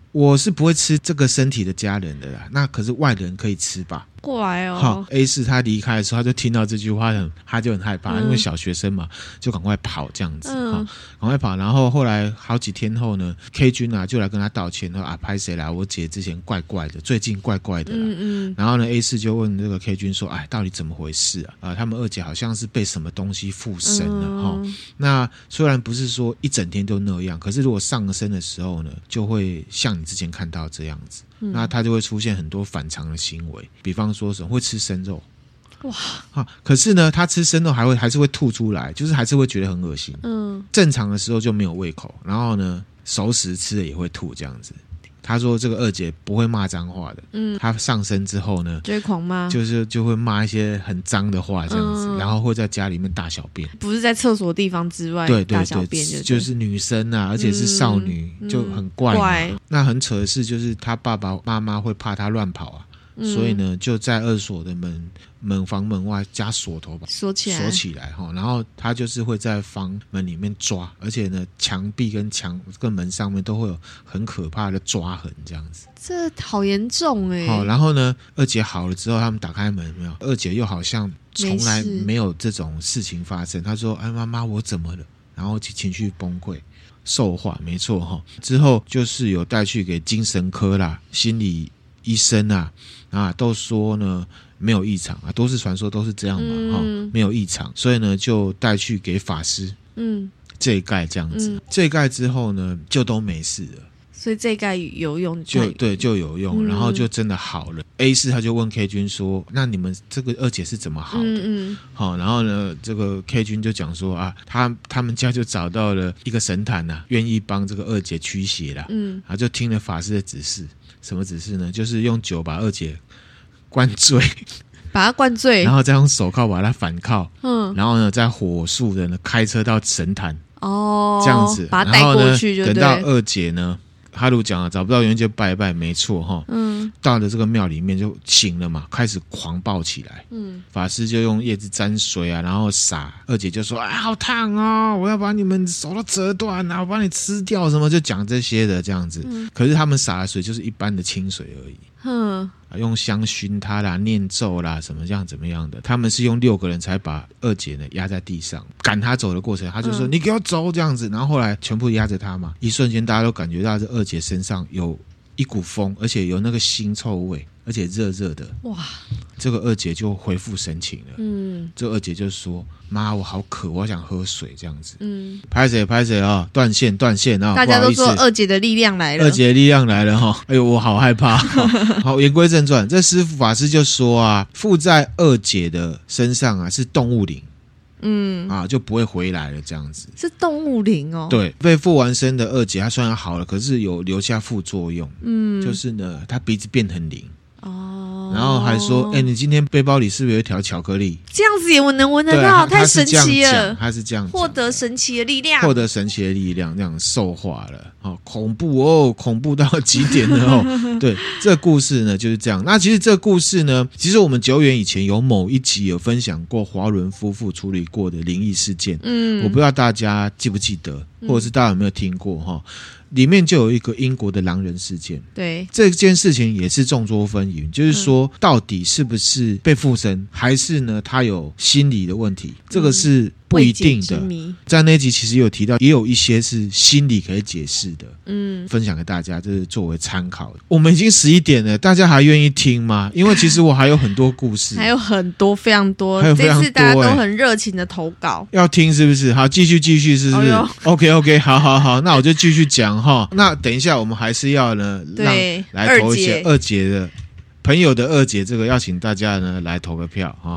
我是不会吃这个身体的家人的啦，那可是外人可以吃吧。 怪哦。 好 ，A4 他离开的时候，他就听到这句话，他就很害怕，因为小学生嘛，就赶快跑这样子，赶快跑。然后后来好几天后呢 ，K 君啊就来跟他道歉，说啊，拍谁啦？我姐之前怪怪的，最近怪怪的啦。然后呢 ，A4 就问这个 K 君说，哎，到底怎么回事啊？他们二姐好像是被什么东西附身了哈。那虽然不是说一整天都那样，可是如果上身的时候呢，就会像你之前看到这样子。那他就会出现很多反常的行为，比方说什么会吃生肉，哇，可是呢，他吃生肉还是会吐出来，就是还是会觉得很恶心。正常的时候就没有胃口，然后呢，熟食吃了也会吐这样子。他说这个二姐不会骂脏话的，她上身之后呢， 就会狂骂， 就会骂一些很脏的话这样子，然后会在家里面大小便， 不是在厕所地方之外， 对大小便就是女生啊，而且是少女，就很怪嘛。那很扯的是，就是他爸爸妈妈会怕他乱跑啊。所以呢，就在二所的房门外加锁头吧，锁起来哈。然后他就是会在房门里面抓，而且呢，墙壁跟门上面都会有很可怕的抓痕，这样子。 这好严重哎。 好，然后呢，二姐好了之后，他们打开门有没有？二姐又好像从来没有这种事情发生。她说：“哎，妈妈，我怎么了？”然后情绪崩溃。受话没错哈。之后就是有带去给精神科啦、心理医生啊，都说呢没有异常啊，都市传说都是这样嘛，没有异常，所以呢就带去给法师，这一盖这样子，这一盖之后呢就都没事了。 所以这一盖有用， 就有用，然后就真的好了。A4 他就问 K 君说：“那你们这个二姐是怎么好的？”好，然后呢，这个 K 君就讲说啊，他们家就找到了一个神坛呐，愿意帮这个二姐驱邪啦。然后就听了法师的指示，什么指示呢？就是用酒把二姐灌醉。 把他灌醉， 然后再用手铐把他反铐，然后呢，再火速的呢开车到神坛，这样子， 把他带过去就对。 等到二姐呢，哈鲁讲了找不到原因就拜拜，没错哈。到了这个庙里面就醒了嘛，开始狂暴起来。法师就用叶子沾水啊，然后洒。二姐就说：“哎，好烫哦，我要把你们手都折断啊，我把你吃掉什么，就讲这些的这样子。可是他们洒的水就是一般的清水而已。用香熏他啦，念咒啦，什么样怎么样的，他们是用6个人才把二姐呢压在地上，赶他走的过程，他就说：“你给我走！”这样子，然后后来全部压着他嘛，一瞬间大家都感觉到这二姐身上有一股风，而且有那个腥臭味，而且热热的。哇！这个二姐就恢复神情了。这个二姐就说：“妈，我好渴，我想喝水。”这样子。拍谁啊！断线啊！ 大家都说二姐的力量来了。 二姐的力量来了哈！哎呦，我好害怕。好，言归正传，这师父法师就说啊，附在二姐的身上啊是动物灵。就不会回来了，这样子是动物灵哦。 对，被附完身的二姐，她虽然好了，可是有留下副作用。就是呢，她鼻子变很灵。然后还说：“你今天背包里是不是有一条巧克力？ 这样子也能闻得到，太神奇了！ 他是这样获得神奇的力量， 这样受化了。恐怖到极点了哦。对，这个故事呢就是这样。那其实这个故事呢，其实我们久远以前有某一集有分享过华伦夫妇处理过的灵异事件。我不知道大家记不记得，或者是大家有没有听过哈？里面就有一个英国的狼人事件。对，这件事情也是众说纷纭，就是说到底是不是被附身，还是呢他有心理的问题，这个是不一定的。在那一集其实有提到，也有一些是心理可以解释的。分享给大家，这是作为参考的。我们已经11点了，大家还愿意听吗？因为其实我还有很多故事， 还有很多非常多，这次大家都很热情的投稿， 要听是不是？好，继续是不是？OK， 好，那我就继续讲哈。那等一下我们还是要呢，来投一些二姐的朋友的二姐，这个要请大家呢来投个票哈。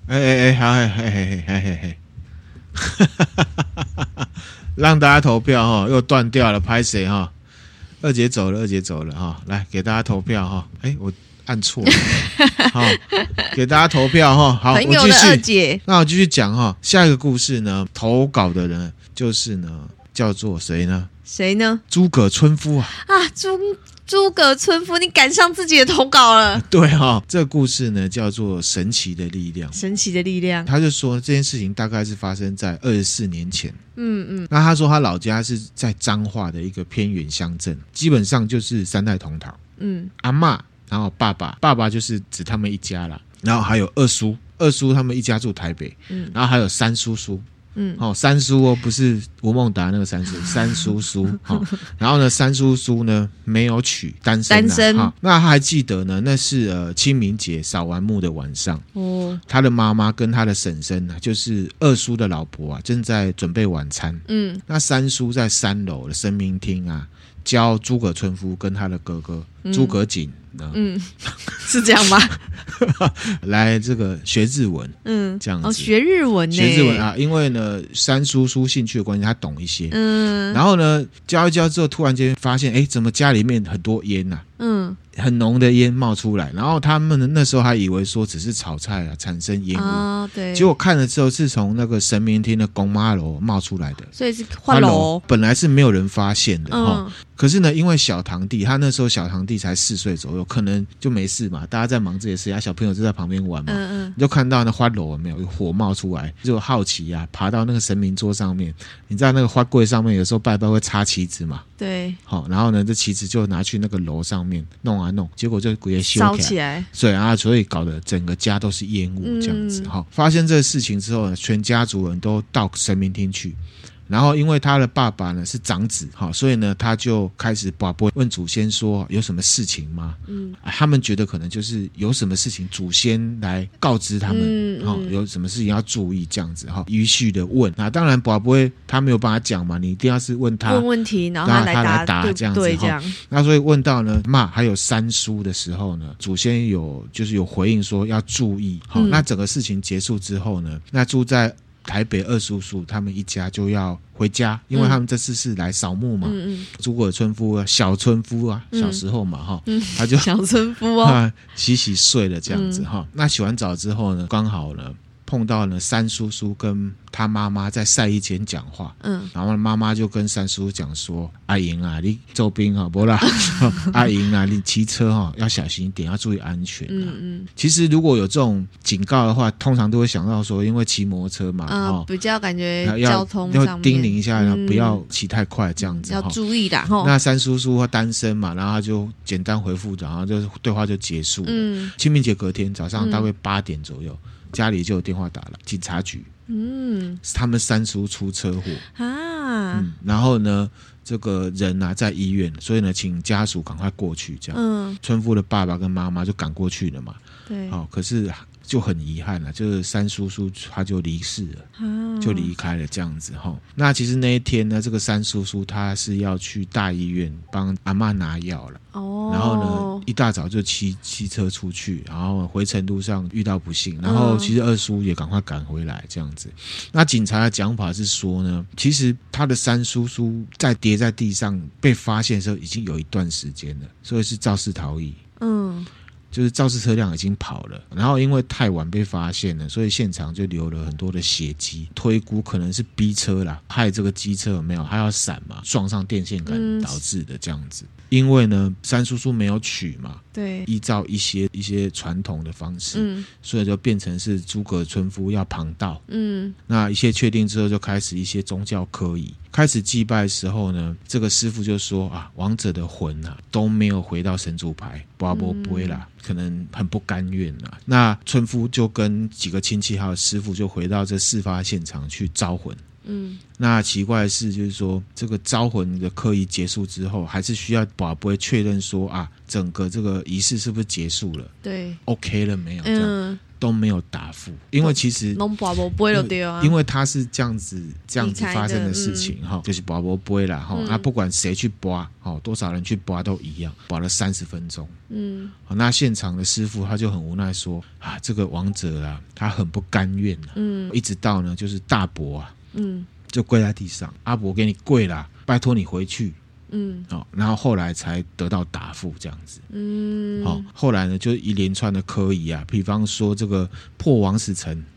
好，让大家投票哈，又断掉了，拍谁哈？二姐走了哈，来给大家投票哈。我按错了，好，给大家投票哈。好， 朋友的二姐， 那我继续讲哈。下一个故事呢，投稿的人就是呢，叫做谁呢？ 谁呢？ 诸葛村夫啊！ 诸葛村夫，你赶上自己的投稿了。 对这个故事呢叫做神奇的力量。 神奇的力量， 他就说这件事情大概是发生在24年前。那他说他老家是在彰化的一个偏远乡镇，基本上就是三代同堂。阿嬷，然后爸爸就是指他们一家啦，然后还有二叔他们一家住台北，然后还有三叔叔。三叔不是吴孟达那个三叔，三叔叔。然后呢，三叔叔呢没有娶，单身。那他还记得呢，那是清明节扫完墓的晚上。他的妈妈跟他的婶婶呢，就是二叔的老婆啊，正在准备晚餐。那三叔在3楼的神明厅啊，教诸葛村夫跟他的哥哥诸葛瑾。 是这样吗？ 来这个学日文，这样子。 学日文呢？ 学日文啊，因为呢三叔叔兴趣的关系，他懂一些。然后呢教一教之后，突然间发现，怎么家里面很多烟啊？很浓的烟冒出来，然后他们那时候还以为说只是炒菜啊产生烟雾， 对。 结果看了之后是从那个神明厅的公妈楼冒出来的， 所以是花楼， 本来是没有人发现的。可是呢，因为小堂弟他那时候小堂弟才4岁左右，可能就没事嘛，大家在忙这些事啊，小朋友就在旁边玩嘛，你就看到那花楼有没有火冒出来，就好奇啊，爬到那个神明桌上面，你知道那个花柜上面有时候拜拜会插旗子嘛， 对， 然后呢这旗子就拿去那个楼上面弄啊弄，结果就直接烧起来， 所以搞得整个家都是烟雾这样子。发现这个事情之后呢，全家族人都到神明厅去。然后因为他的爸爸呢是长子，所以呢他就开始跋杯问祖先说有什么事情吗？他们觉得可能就是有什么事情祖先来告知他们，有什么事情要注意这样子，依序的问。那当然跋杯他没有办法讲嘛，你一定要是问他问问题，然后他来答这样子。 对，这样。 那所以问到呢妈还有三叔的时候呢，祖先有回应说要注意。那整个事情结束之后呢，那住在台北二叔叔他们一家就要回家，因为他们这次是来扫墓嘛。诸葛村夫啊，小村夫啊，小时候嘛他就小村夫洗睡了这样子那洗完澡之后呢，刚好呢碰到呢三叔叔跟他妈妈在晒衣间讲话，然后妈妈就跟三叔讲说：“阿莹啊，你周兵不啦，阿莹啊，你骑车要小心一点，要注意安全。”其实如果有这种警告的话，通常都会想到说，因为骑摩托车嘛， 比较感觉交通上面要叮咛一下，不要骑太快这样子， 要注意的。 那三叔叔单身嘛，然后他就简单回复，然后就对话就结束了。清明节隔天早上大概8点左右。家里就有电话打了，警察局。他们三叔出车祸然后呢，这个人在医院，所以呢，请家属赶快过去，这样。村夫的爸爸跟妈妈就赶过去了嘛。对。可是就很遗憾了，就是三叔叔他就离世了，就离开了这样子那其实那一天呢，这个三叔叔他是要去大医院帮阿嬷拿药了。然后呢，一大早就骑车出去，然后回程路上遇到不幸，然后其实二叔也赶快赶回来这样子。那警察的讲法是说呢，其实他的三叔叔在跌在地上被发现的时候已经有一段时间了，所以是肇事逃逸。就是肇事车辆已经跑了，然后因为太晚被发现了，所以现场就留了很多的血迹，推估可能是逼车啦，害这个机车有没有还要闪嘛，撞上电线杆导致的这样子。因为呢三叔叔没有娶嘛，对，依照一些传统的方式，所以就变成是诸葛村夫要旁道。那一切确定之后，就开始一些宗教科仪。开始祭拜的时候呢，这个师傅就说亡者的魂都没有回到神主牌，不会啦，可能很不甘愿啦。那村夫就跟几个亲戚还有师傅就回到这事发现场去招魂。那奇怪的是就是说，这个招魂的科仪结束之后，还是需要跋杯确认说整个这个仪式是不是结束了，对 OK 了没有，这样都没有答复。因为其实因为他是这样子发生的事情就是跋杯啦不管谁去跋多少人去跋都一样，跋了30分钟。那现场的师傅他就很无奈说这个亡者他很不甘愿一直到呢就是大伯就跪在地上，阿伯给你跪啦，拜托你回去。然后后来才得到答复这样子。后来呢就一连串的科仪比方说这个破王死城，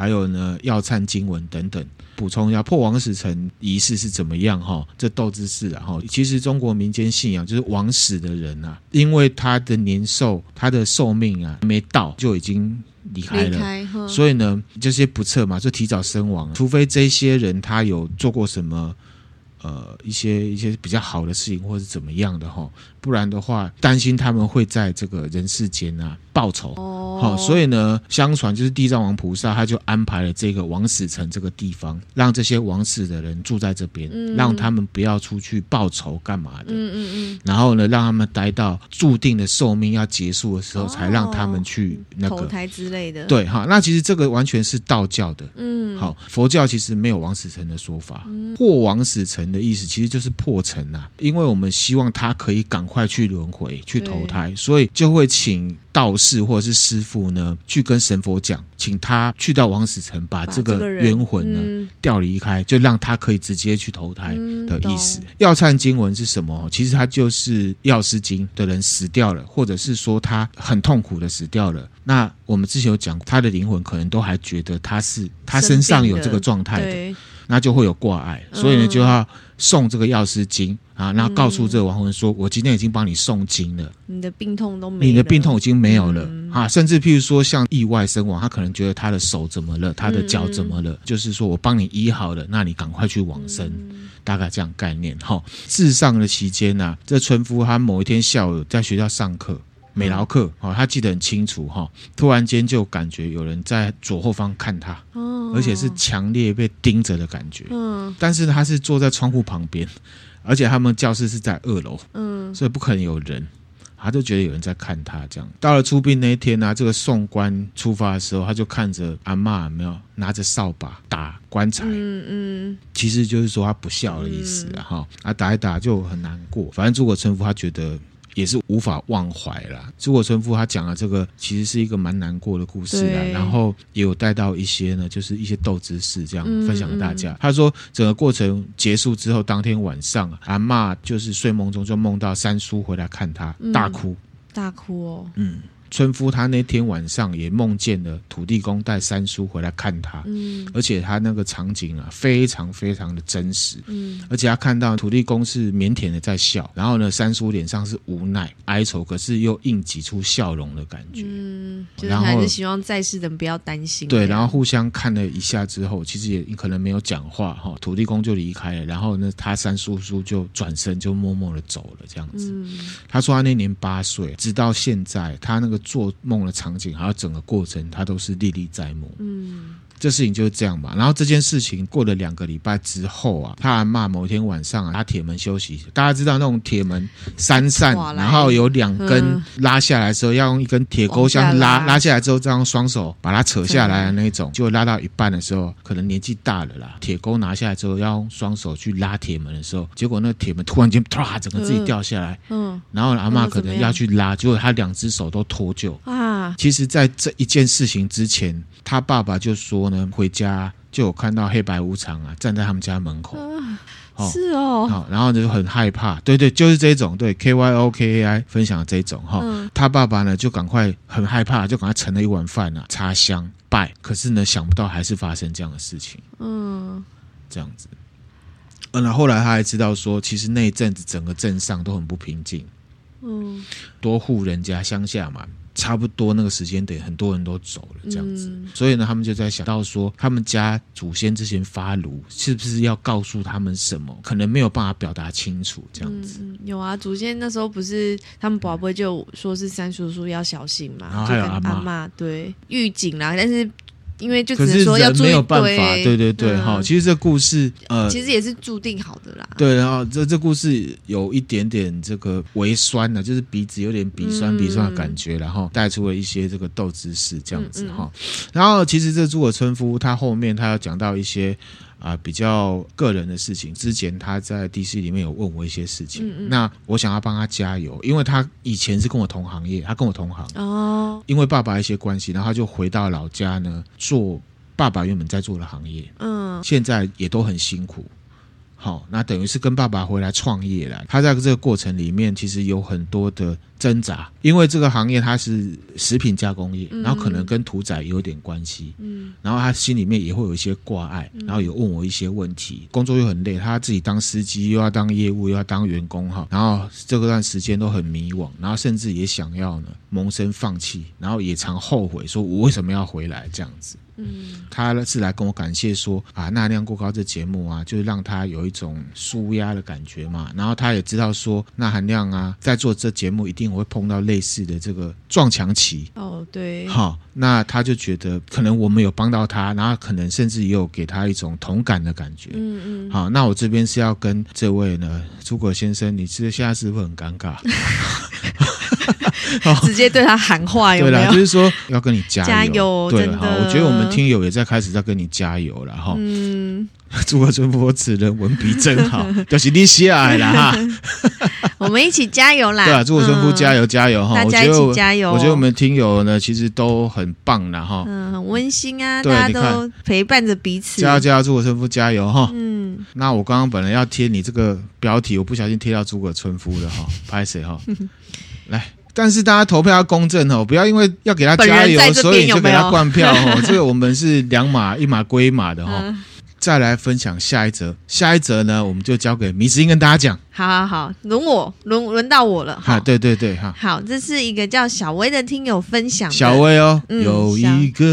还有呢药忏经文等等。补充一下破王死城仪式是怎么样这斗之事其实中国民间信仰就是王死的人因为他的年寿他的寿命没到就已经离开了，所以呢这些不测嘛，就提早身亡，除非这些人他有做过什么一些比较好的事情或是怎么样的不然的话担心他们会在这个人世间报仇所以呢相传就是地藏王菩萨他就安排了这个王死城这个地方，让这些王死的人住在这边，让他们不要出去报仇干嘛的，然后呢让他们待到注定的寿命要结束的时候才让他们去投胎之类的。 对那其实这个完全是道教的，好，佛教其实没有王死城的说法，破王死城的意思其实就是破城因为我们希望他可以赶快去轮回去投胎，所以就会请道士或者是师傅呢去跟神佛讲，请他去到王死城把这个冤魂呢调离开，就让他可以直接去投胎的意思。药忏经文是什么？其实他就是药师经的人死掉了，或者是说他很痛苦的死掉了，那我们之前有讲他的灵魂可能都还觉得他身上有这个状态的，那就会有挂碍，所以呢就要诵这个药师经然后告诉这个亡魂说我今天已经帮你诵经了， 你的病痛都没了， 你的病痛已经没有了甚至譬如说像意外身亡，他可能觉得他的手怎么了，他的脚怎么了，就是说我帮你医好了，那你赶快去往生，大概这样概念治丧的期间这村夫他某一天下午在学校上课美劳课他记得很清楚突然间就感觉有人在左后方看他而且是强烈被盯着的感觉但是他是坐在窗户旁边，而且他们教室是在2楼所以不可能有人，他就觉得有人在看他这样。到了出殡那一天这个送棺出发的时候，他就看着阿嬷有没有拿着扫把打棺材其实就是说他不孝的意思打一打就很难过。反正诸葛村夫他觉得也是无法忘怀啦。诸葛村夫他讲的这个其实是一个蛮难过的故事啦，然后也有带到一些呢，就是一些斗知识这样分享给大家。他说整个过程结束之后，当天晚上阿嬷就是睡梦中就梦到三叔回来看他，大哭村夫他那天晚上也梦见了土地公带三叔回来看他而且他那个场景非常非常的真实而且他看到土地公是腼腆的在笑，然后呢三叔脸上是无奈哀愁，可是又硬挤出笑容的感觉就是还是希望在世的人不要担心。 对，然后互相看了一下之后，其实也可能没有讲话土地公就离开了，然后呢他三叔叔就转身就默默的走了这样子他说他那年8岁，直到现在他那个做梦的场景还有整个过程他都是历历在目这事情就是这样吧。然后这件事情过了2个礼拜之后他阿嬷某天晚上他铁门休息，大家知道那种铁门3扇然后有2根拉下来的时候要用一根铁钩像拉下来之后再用双手把它扯下来的那种，就拉到一半的时候可能年纪大了啦，铁钩拿下来之后要用双手去拉铁门的时候，结果那铁门突然间啪整个自己掉下来然后阿嬷可能要去拉，结果他2只手都脱臼其实在这一件事情之前，他爸爸就说呢回家就有看到黑白无常站在他们家门口是然后就很害怕，对对，就是这种，对 KYOKAI 分享的这种他爸爸呢就赶快很害怕，就赶快盛了一碗饭插香拜，可是呢想不到还是发生这样的事情这样子后来他还知道说其实那一阵子整个镇上都很不平静多户人家乡下嘛，差不多那个时间点很多人都走了这样子所以呢他们就在想到说他们家祖先之前发炉是不是要告诉他们什么，可能没有办法表达清楚这样子有祖先那时候不是他们宝贝就说是三叔叔要小心嘛， 然后还有阿嬷对预警啦，但是因为就只能说要注意， 可是人没有办法，对对对其实这故事其实也是注定好的啦。 对，然后这故事有一点点这个微酸就是鼻子有点鼻酸的感觉，然后带出了一些这个斗知识这样子然后其实这诸葛村夫他后面他要讲到一些比较个人的事情，之前他在 DC 里面有问我一些事情那我想要帮他加油，因为他以前是跟我同行业，他跟我同行因为爸爸一些关系，然后他就回到老家呢做爸爸原本在做的行业现在也都很辛苦好，那等于是跟爸爸回来创业啦。他在这个过程里面其实有很多的挣扎，因为这个行业它是食品加工业，然后可能跟屠宰有点关系，然后他心里面也会有一些挂碍，然后有问我一些问题，工作又很累，他自己当司机又要当业务又要当员工哈，然后这段时间都很迷惘，然后甚至也想要呢萌生放弃，然后也常后悔说我为什么要回来这样子。他是来跟我感谢说啊，钠含量过高这节目啊，就是让他有一种抒压的感觉嘛。然后他也知道说钠含量啊，在做这节目一定会碰到类似的这个撞墙期。 哦，对。 好，那他就觉得可能我们有帮到他，然后可能甚至也有给他一种同感的感觉。好，那我这边是要跟这位呢，诸葛先生，你现在是不是很尴尬？ 直接对他喊话有没有？ 对啦，就是说要跟你加油， 加油！ 对真的， 我觉得我们听友也在开始在跟你加油了哈。诸葛春波此人文笔真好，就是你写来啦哈。 我们一起加油啦！ 对啊，诸葛春波加油加油哈！ 大家一起加油！ 我觉得我们听友呢，其实都很棒啦哈。 很温馨啊，大家都陪伴着彼此。 加油加油，诸葛春夫加油哈！那我刚刚本来要贴你这个标题，我不小心贴到诸葛春夫了哈，拍谁哈？来。但是大家投票要公正哦，不要因为要给他加油，所以你就给他灌票哦。这个我们是两码一码归一码的哈。再来分享下一则呢，我们就交给迷之音跟大家讲。 好，轮到我了哈。 对对对哈。 好，这是一个叫小薇的听友分享的。 小薇哦，有一个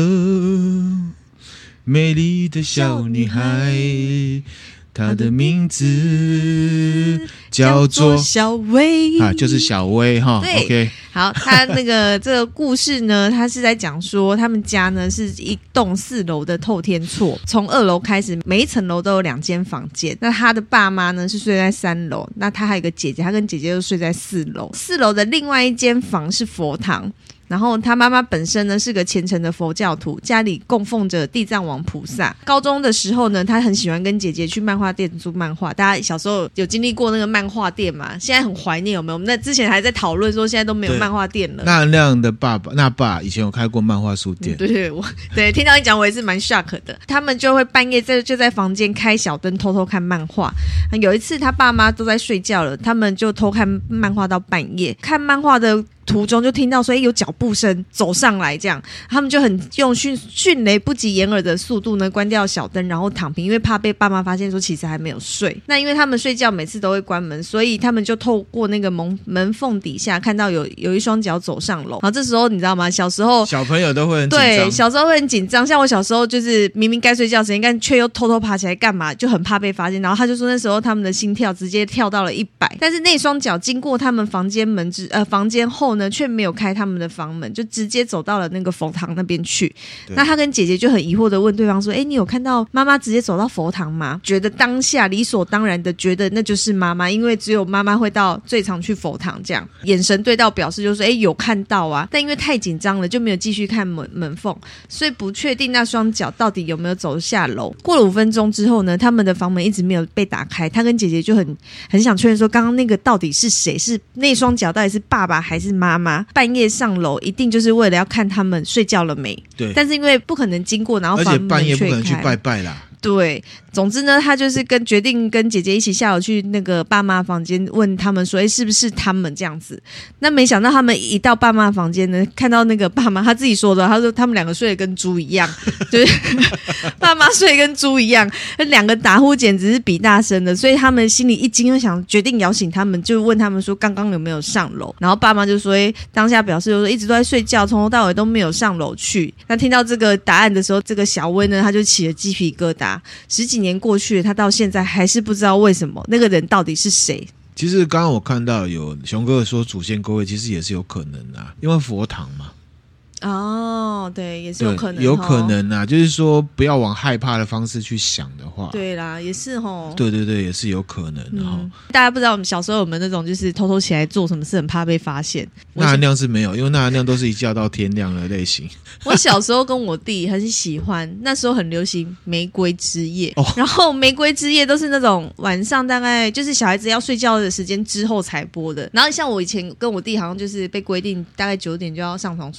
美丽的小女孩。她的名字叫做小薇啊，就是小薇哈。OK， 好，他那个这个故事呢，他是在讲说他们家呢是一栋4楼的透天厝，从2楼开始，每一层楼都有2间房间。那他的爸妈呢是睡在3楼，那他还有一个姐姐，他跟姐姐就睡在4楼。4楼的另外一间房是佛堂。然后他妈妈本身呢是个虔诚的佛教徒，家里供奉着地藏王菩萨。高中的时候呢，他很喜欢跟姐姐去漫画店租漫画。大家小时候有经历过那个漫画店嘛？现在很怀念有没有？我们那之前还在讨论说现在都没有漫画店了。 那亮的爸以前有开过漫画书店。 对，听到你讲我也是蛮 shock 的。他们就会半夜就在房间开小灯偷偷看漫画。有一次他爸妈都在睡觉了，他们就偷看漫画到半夜。看漫画的途中就听到说有脚步声走上来，这样他们就很用迅雷不及掩耳的速度呢关掉小灯，然后躺平，因为怕被爸妈发现说其实还没有睡。那因为他们睡觉每次都会关门，所以他们就透过那个门缝底下看到有一双脚走上楼。然后这时候你知道吗？小时候小朋友都会很紧张， 对，小时候会很紧张。像我小时候就是明明该睡觉时间，但却又偷偷爬起来干嘛，就很怕被发现。然后他就说那时候他们的心跳直接跳到了100，但是那双脚经过他们房间房间后呢，却没有开他们的房门，就直接走到了那个佛堂那边去。那他跟姐姐就很疑惑的问对方说：“你有看到妈妈直接走到佛堂吗？”觉得当下理所当然的觉得那就是妈妈，因为只有妈妈会到最常去佛堂这样。眼神对到表示就说：“有看到啊。”但因为太紧张了，就没有继续看门缝，所以不确定那双脚到底有没有走下楼。过了5分钟之后呢，他们的房门一直没有被打开。他跟姐姐就很想确认说，刚刚那个到底是谁？是那双脚到底是爸爸还是妈妈？半夜上楼一定就是为了要看他们睡觉了没。 对， 但是因为不可能经过，然后而且半夜不可能去拜拜啦。 对，总之呢，他就是决定跟姐姐一起下楼去那个爸妈房间，问他们说，是不是他们这样子？那没想到他们一到爸妈房间呢，看到那个爸妈，他自己说的，他说他们2个睡得跟猪一样，就是爸妈睡得跟猪一样，那2个打呼简直是比大声的，所以他们心里一惊，就想决定摇醒他们，就问他们说刚刚有没有上楼？然后爸妈就说，当下表示就说一直都在睡觉，从头到尾都没有上楼去。那听到这个答案的时候，这个小薇呢，他就起了鸡皮疙瘩。10几年过去了，他到现在还是不知道为什么那个人到底是谁。 其实刚刚我看到有熊哥说祖先归位，其实也是有可能啊，因为佛堂嘛。 哦，对，也是有可能， 有可能啊，就是说不要往害怕的方式去想的话， 对啦，也是齁， 对对对，也是有可能的齁。 大家不知道我们小时候有没有那种就是偷偷起来做什么事很怕被发现？ 钠含量是没有，因为钠含量都是一觉到天亮的类型。 我小时候跟我弟很喜欢，那时候很流行玫瑰之夜，然后玫瑰之夜都是那种晚上大概就是小孩子要睡觉的时间之后才播的。然后像我以前跟我弟好像就是被规定大概9点就要上床睡觉，所以我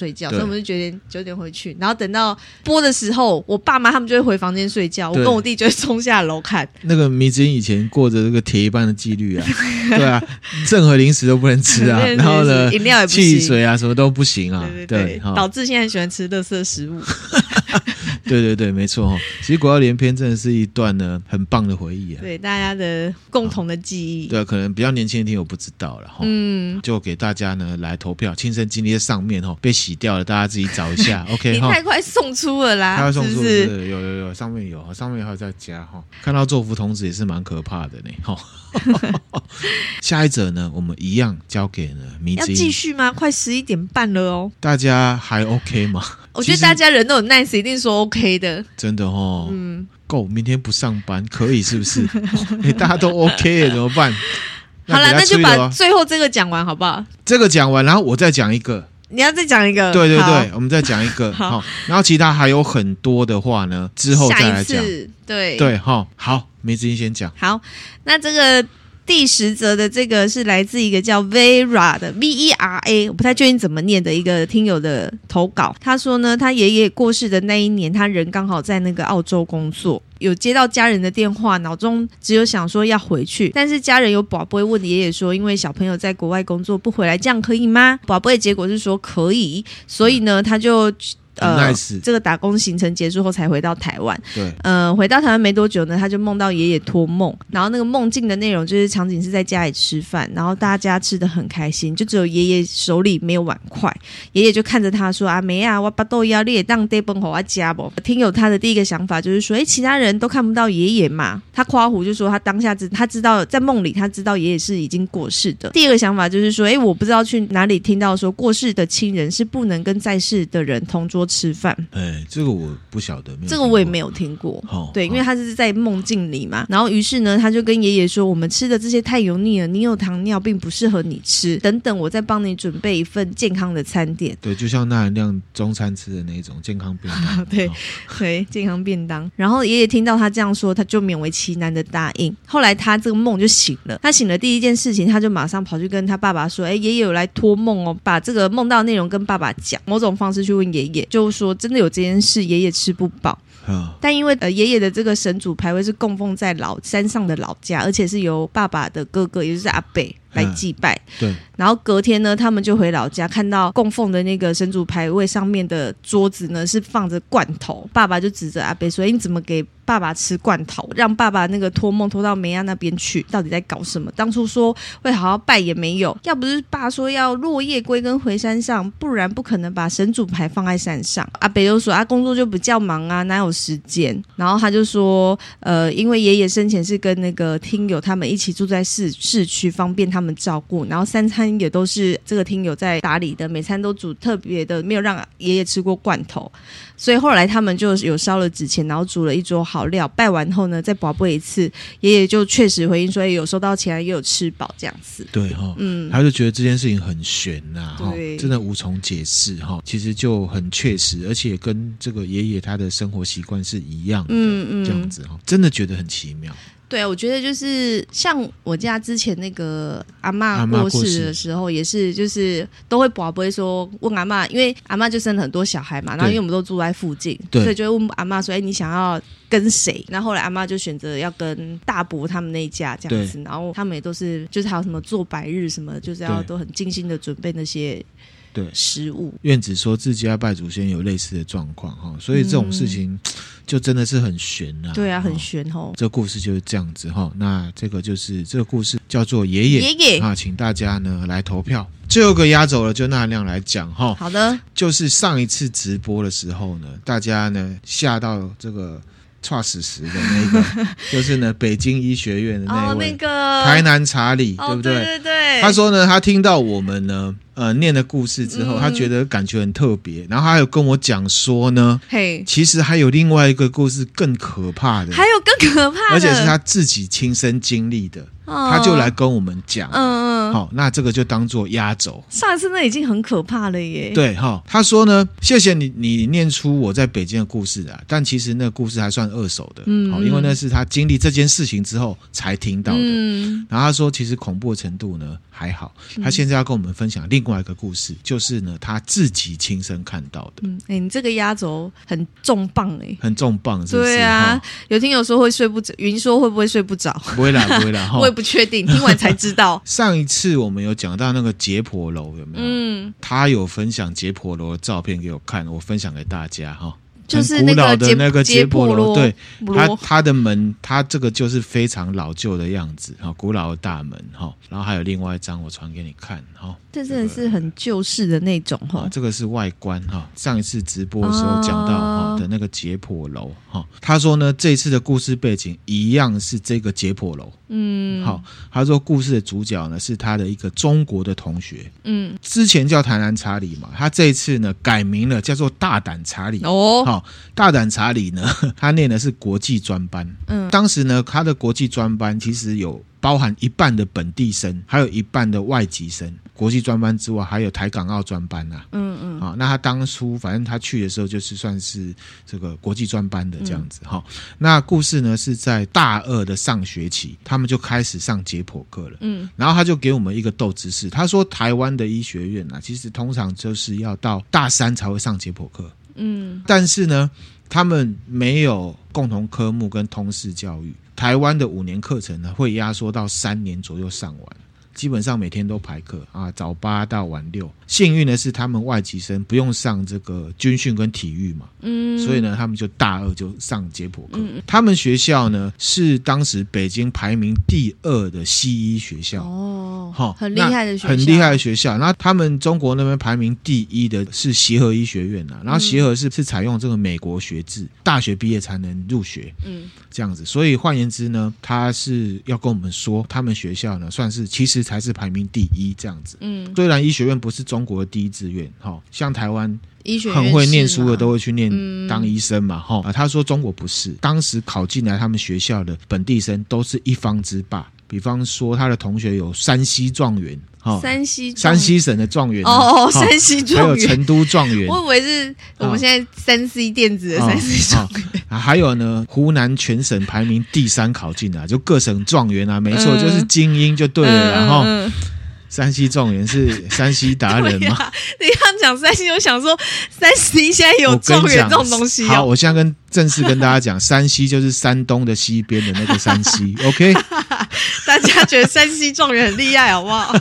们就9点回去，然后等到播的时候，我爸妈他们就会回房间睡觉，我跟我弟就会冲下楼看。那个迷之音以前过着这个铁一般的纪律啊，对啊，任何零食都不能吃啊，然后呢， 饮料也不行， 汽水啊什么都不行啊， 对，导致现在喜欢吃垃圾食物。 对对对，没错。其实国谣连篇真的是一段呢很棒的回忆啊， 对大家的共同的记忆。 对，可能比较年轻的听友不知道了，就给大家呢来投票，亲身经历在上面被洗掉了，大家自己找一下。OK， 你太快送出了啦， 太快送出是了，有上面还有在加看到作福童子也是蛮可怕的呢。下一则呢，我们一样交给呢迷之音。 要继续吗？快11点半了哦。 大家还 OK 吗？ 我觉得大家人都有 nice， 一定说 OK 的。 真的够，明天不上班可以是不是？大家都 OK 怎么办？ 好了，那就把最后这个讲完好不好？ 这个讲完，然后我再讲一个。 你要再讲一个？ 对对对，我们再讲一个。好，然后其他还有很多的话呢，之后再来讲。 下一次对对好，梅子英先讲。 好，那这个第10则的这个是来自一个叫 Vera 的 Vera， 我不太确定怎么念的一个听友的投稿。他说呢，他爷爷过世的那一年，他人刚好在那个澳洲工作。有接到家人的电话，脑中只有想说要回去，但是家人有宝贝问爷爷说，因为小朋友在国外工作不回来，这样可以吗？宝贝的结果是说可以，所以呢，他就这个打工行程结束后才回到台湾。 对， 回到台湾没多久呢，他就梦到爷爷托梦，然后那个梦境的内容就是场景是在家里吃饭，然后大家吃得很开心，就只有爷爷手里没有碗筷。爷爷就看着他说：“阿妹啊，我把豆要你也当带饭给我家不？”听友他的第一个想法就是说：“其他人都看不到爷爷嘛？”他夸胡就说他当下他知道在梦里他知道爷爷是已经过世的。第二个想法就是说：“我不知道去哪里听到说过世的亲人是不能跟在世的人同桌吃饭。” 这个我不晓得， 这个我也没有听过。对，因为他是在梦境里嘛。然后于是呢，他就跟爷爷说：“我们吃的这些太油腻了，你有糖尿病不适合你吃。等等，我再帮你准备一份健康的餐点。” 对，就像那辆中餐吃的那种健康便当。 对，健康便当。然后爷爷听到他这样说，他就勉为其难的答应。后来他这个梦就醒了，他醒了第一件事情，他就马上跑去跟他爸爸说：“爷爷有来托梦哦，把这个梦到的内容跟爸爸讲，某种方式去问爷爷，就说真的有这件事，爷爷吃不饱。”但因为爷爷的这个神主牌位是供奉在山上的老家，而且是由爸爸的哥哥，也就是阿伯来祭拜。 对。 然后隔天呢，他们就回老家，看到供奉的那个神主牌位上面的桌子呢是放着罐头，爸爸就指着阿伯说：“你怎么给爸爸吃罐头？让爸爸那个托梦托到梅亚那边去，到底在搞什么？当初说会好好拜也没有，要不是爸说要落叶归根回山上，不然不可能把神主牌放在山上。”阿伯就说：“工作就比较忙啊，哪有时间？”然后他就说：“因为爷爷生前是跟那个听友他们一起住在市区，方便他们照顾，然后3餐也都是这个听友在打理的，每餐都煮特别的，没有让爷爷吃过罐头。”所以后来他们就有烧了纸钱，然后煮了一桌好料，拜完后呢再宝贝一次，爷爷就确实回应说有收到钱，也有吃饱这样子。 对他就觉得这件事情很悬呐， 对， 真的无从解释其实就很确实，而且跟这个爷爷他的生活习惯是一样的，这样子真的觉得很奇妙。 对，我觉得就是像我家之前那个阿嬷过世的时候，也是就是都会不会说问阿嬷，因为阿嬷就生了很多小孩嘛，然后因为我们都住在附近，所以就会问阿嬷说：“你想要跟谁？”然后后来阿嬷就选择要跟大伯他们那一家这样子，然后他们也都是就是还有什么做白日什么，就是要都很精心的准备那些。对食物， 院子说自己要拜祖先有类似的状况所以这种事情就真的是很悬啊。 对啊，很悬这个故事就是这样子那这个就是这个故事叫做爷爷请大家呢来投票。最后一个压轴了，就那亮来讲好的，就是上一次直播的时候呢，大家呢吓到这个差死的那个就是呢北京医学院的那位台南查理对不对？ 对对对， 他说呢他听到我们呢念的故事之后他觉得感觉很特别，然后他有跟我讲说呢其实还有另外一个故事更可怕的， 还有更可怕的， 而且是他自己亲身经历的，他就来跟我们讲好，那这个就当做压轴。 上一次那已经很可怕了耶。 对他说呢谢谢你念出我在北京的故事但其实那个故事还算二手的因为那是他经历这件事情之后才听到的然后他说其实恐怖的程度呢还好他现在要跟我们分享另外一个故事，就是呢他自己亲身看到的。 你这个压轴很重磅很重磅，是不是？ 对啊，有听友说会睡不着，云说会不会睡不着？ 不会啦，不会啦， 我也不确定，听完才知道。 上一次我们有讲到那个解剖楼，有没有？他有分享解剖楼的照片给我看，我分享给大家哈。 就是古老的那个解剖楼，对，它的门，它这个就是非常老旧的样子，古老的大门，然后还有另外一张我传给你看， 这真的是很旧式的那种， 这个是外观，上一次直播的时候讲到的那个解剖楼，他说呢，这一次的故事背景一样是这个解剖楼，他说故事的主角呢是他的一个中国的同学，之前叫台南查理嘛，他这一次呢改名了，叫做大胆查理，大胆查理呢，他念的是国际专班，当时呢他的国际专班其实有包含一半的本地生，还有一半的外籍生。国际专班之外，还有台港澳专班啊。那他当初反正他去的时候，就是算是这个国际专班的这样子哈。那故事呢是在大二的上学期，他们就开始上解剖课了。然后他就给我们一个斗知识，他说台湾的医学院啊，其实通常就是要到大三才会上解剖课。但是呢，他们没有共同科目跟通识教育。台湾的5年课程呢，会压缩到3年左右上完，基本上每天都排课啊，早8到晚6。幸运的是，他们外籍生不用上这个军训跟体育嘛，所以呢，他们就大2就上解剖课。他们学校呢是当时北京排名第2的西医学校， 很厉害的学校， 很厉害的学校。然后他们中国那边排名第1的是协和医学院啊，然后协和是采用这个美国学制，大学毕业才能入学，这样子。所以换言之呢，他是要跟我们说，他们学校呢算是其实才是排名第1这样子。虽然医学院不是中国的第1志愿，像台湾很会念书的都会去念当医生嘛，他说中国不是，当时考进来他们学校的本地生都是一方之霸。比方说他的同学有山西状元，山西省的状元， 山西状元， 还有成都状元。 我以为是我们现在3C 电子的山西状元。 还有呢，湖南全省排名第3考进来，就各省状元啊，没错，就是精英就对了，然后。山西状元是山西达人吗？ 你刚讲山西，我想说山西现在有状元这种东西。 好，我现在正式跟大家讲，山西就是山东的西边的那个山西，OK？ 大家觉得山西状元很厉害，好不好？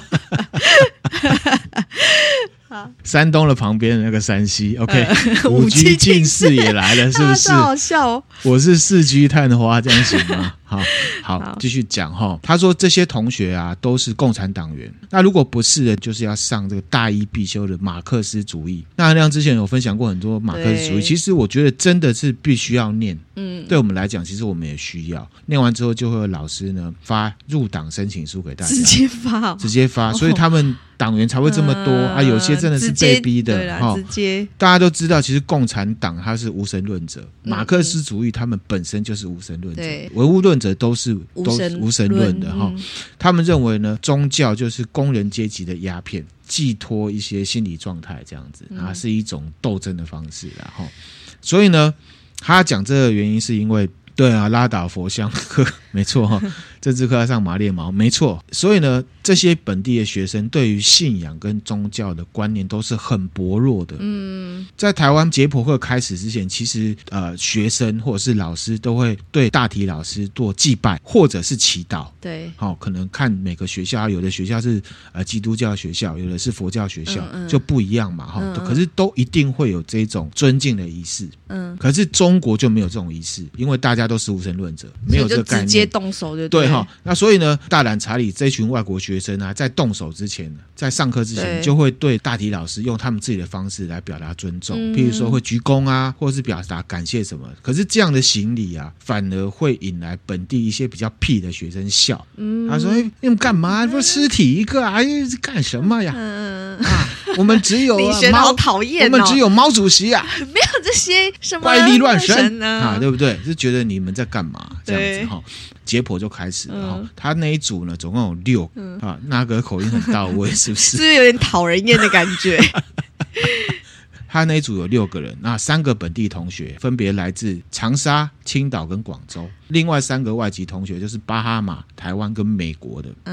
山东的旁边的那个山西 ，OK？ 5G 近视也来了，是不是？ 好笑哦！ 我是4G 探花，这样行吗？好，继续讲哈。他说这些同学啊都是共产党员，那如果不是的，就是要上这个大一必修的马克思主义。那亮之前有分享过很多马克思主义，其实我觉得真的是必须要念。对我们来讲，其实我们也需要。念完之后，就会有老师呢发入党申请书给大家，直接发，所以他们党员才会这么多啊。有些真的是被逼的， 直接。 大家都知道，其实共产党他是无神论者，马克思主义他们本身就是无神论者，唯物论者都是无神论的哈。他们认为呢，宗教就是工人阶级的鸦片，寄托一些心理状态这样子啊，是一种斗争的方式啦哈。所以呢，他讲这个原因是因为。对啊，拉倒佛像课没错哈，政治课要上马列毛没错。所以呢，这些本地的学生对于信仰跟宗教的观念都是很薄弱的。在台湾解剖课开始之前，其实学生或者是老师都会对大体老师做祭拜或者是祈祷。 对， 可能看每个学校，有的学校是基督教学校，有的是佛教学校，就不一样嘛可是都一定会有这种尊敬的仪式。可是中国就没有这种仪式，因为大家都是无神论者，没有这个概念， 直接动手就对哈。那所以呢，大胆查理这群外国学生啊，在动手之前，在上课之前，就会对大体老师用他们自己的方式来表达尊重，譬如说会鞠躬啊，或者是表达感谢什么。可是这样的行礼啊，反而会引来本地一些比较屁的学生笑。他说：“你们干嘛？不是尸体一个啊，干什么呀？我们只有好讨厌， 我们只有毛主席啊， 没有这些什么怪力乱神啊， 对不对？就觉得你们在干嘛？这样子哈。”解剖就开始了他那一组呢，总共有6个那个口音很到位，是不是？ 是不是有点讨人厌的感觉？ 他那一组有6个人，那3个本地同学分别来自长沙、青岛跟广州，另外3个外籍同学就是巴哈马、台湾跟美国的。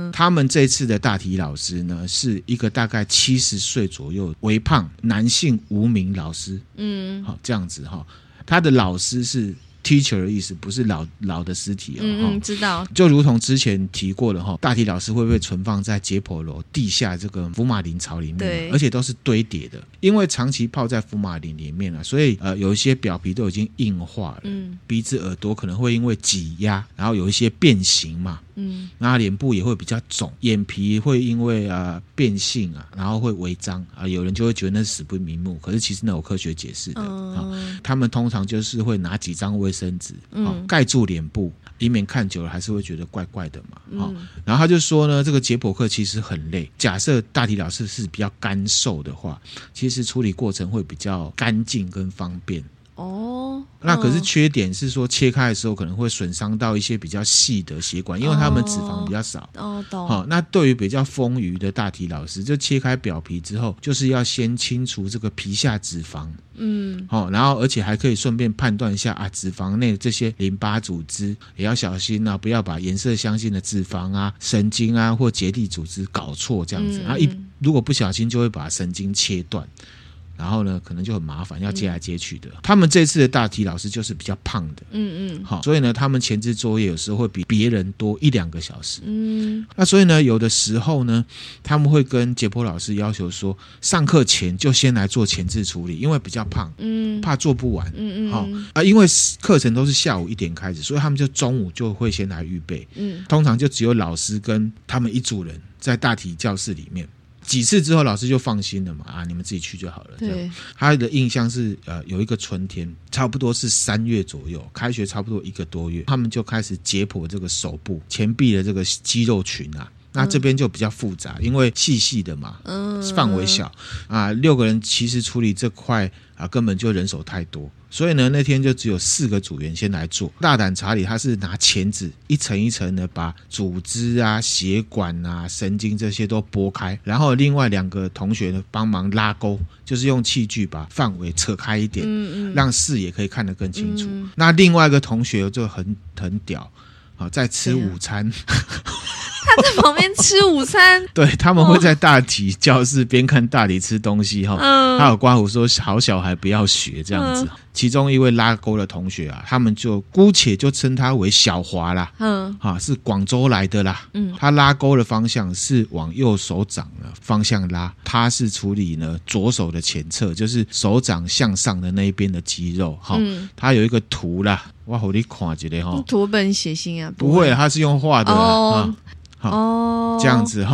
他们这次的大体老师呢，是一个大概70岁左右微胖男性无名老师。好，这样子哈，他的老师是teacher 的意思，不是老的尸体知道。 就如同之前提过的大体老师会被存放在解剖楼地下这个福马林槽里面，而且都是堆叠的，因为长期泡在福马林里面所以有一些表皮都已经硬化了，鼻子耳朵可能会因为挤压，然后有一些变形嘛，那脸部也会比较肿，眼皮会因为变性然后会微张有人就会觉得那是死不瞑目，可是其实那有科学解释的。他们通常就是会拿几张卫生纸盖住脸部，以免看久了还是会觉得怪怪的嘛。然后他就说呢，这个解剖课其实很累，假设大体老师是比较干瘦的话，其实处理过程会比较干净跟方便。那可是缺点是说切开的时候可能会损伤到一些比较细的血管，因为他们脂肪比较少。懂。那对于比较丰腴的大体老师，就切开表皮之后，就是要先清除这个皮下脂肪。然后而且还可以顺便判断一下脂肪内的这些淋巴组织也要小心不要把颜色相近的脂肪神经或结缔组织搞错这样子。如果不小心就会把神经切断。然后呢，可能就很麻烦，要接来接去的。他们这次的大体老师就是比较胖的，所以呢，他们前置作业有时候会比别人多1-2个小时。那所以呢，有的时候呢，他们会跟解剖老师要求说，上课前就先来做前置处理，因为比较胖，怕做不完。因为课程都是下午1点开始，所以他们就中午就会先来预备。通常就只有老师跟他们一组人在大体教室里面。几次之后老师就放心了嘛，你们自己去就好了。对，他的印象是有一个春天，差不多是3月左右，开学差不多1个多月，他们就开始解剖这个手部前臂的这个肌肉群那这边就比较复杂，因为细细的嘛，范围小6个人其实处理这块根本就人手太多，所以呢那天就只有4个组员先来做。大胆查理他是拿钳子一层一层的把组织血管神经这些都拨开，然后另外2个同学呢帮忙拉钩，就是用器具把范围扯开一点，让视野可以看得更清楚。那另外一个同学就很屌在吃午餐他在旁边吃午餐对，他们会在大体教室边看大体吃东西他有刮胡说好小孩不要学这样子。其中一位拉钩的同学他们就姑且就称他为小华啦，是广州来的啦。他拉钩的方向是往右手掌的方向拉，他是处理呢左手的前侧，就是手掌向上的那一边的肌肉。他有一个图啦，我给你看一下图本写信不会他是用画的这样子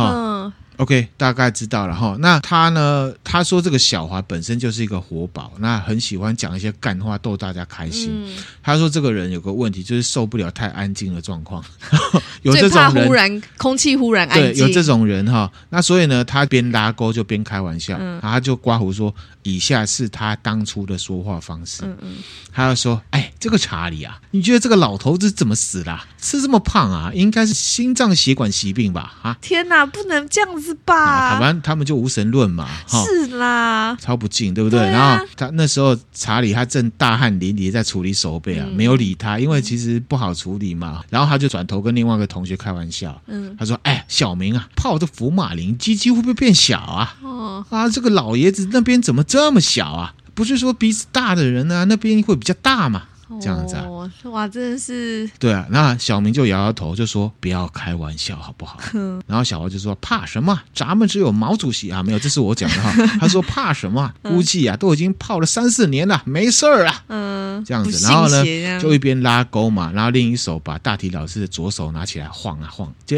OK， 大概知道了那他呢？他说这个小华本身就是一个活宝，那很喜欢讲一些干话逗大家开心。他说这个人有个问题，就是受不了太安静的状况。有这种人， 最怕忽然空气忽然安静。 对，有这种人那所以呢，他边拉钩就边开玩笑，然后他就刮胡说，以下是他当初的说话方式。他就说：“这个查理你觉得这个老头子怎么死的？吃这么胖应该是心脏血管疾病吧？ 天哪，不能这样子吧？ 反正他们就无神论嘛， 是啦， 超不敬，对不对？然后他那时候查理他正大汗淋漓在处理手背没有理他，因为其实不好处理嘛。然后他就转头跟另外一个同学开玩笑，他说：“小明泡这福马林，鸡鸡会不会变小这个老爷子那边怎么这么小不是说鼻子大的人那边会比较大嘛？”这样子哇，真的是对那小明就摇摇头就说不要开玩笑好不好然后小华就说怕什么，咱们只有毛主席没有，这是我讲的他说怕什么估计都已经泡了3-4年了，没事这样子。然后呢就一边拉钩嘛，然后另一手把大体老师的左手拿起来晃晃，就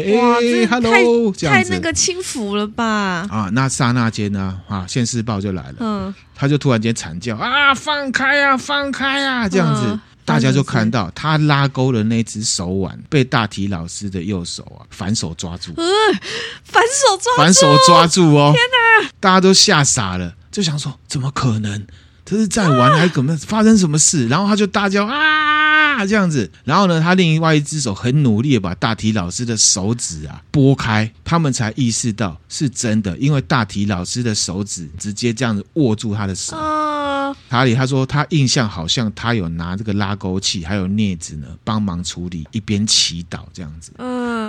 hello 这样子， 太那个轻浮了吧那刹那间呢现世报就来了他就突然间惨叫放开放开这样子大家就看到他拉钩的那只手腕被大体老师的右手反手抓住，反手抓住天哪！大家都吓傻了，就想说怎么可能？这是在玩还是怎么发生什么事？然后他就大叫这样子，然后呢，他另外一只手很努力的把大体老师的手指拨开，他们才意识到是真的，因为大体老师的手指直接这样子握住他的手。查理他说他印象好像他有拿这个拉钩器还有镊子呢帮忙处理，一边祈祷这样子。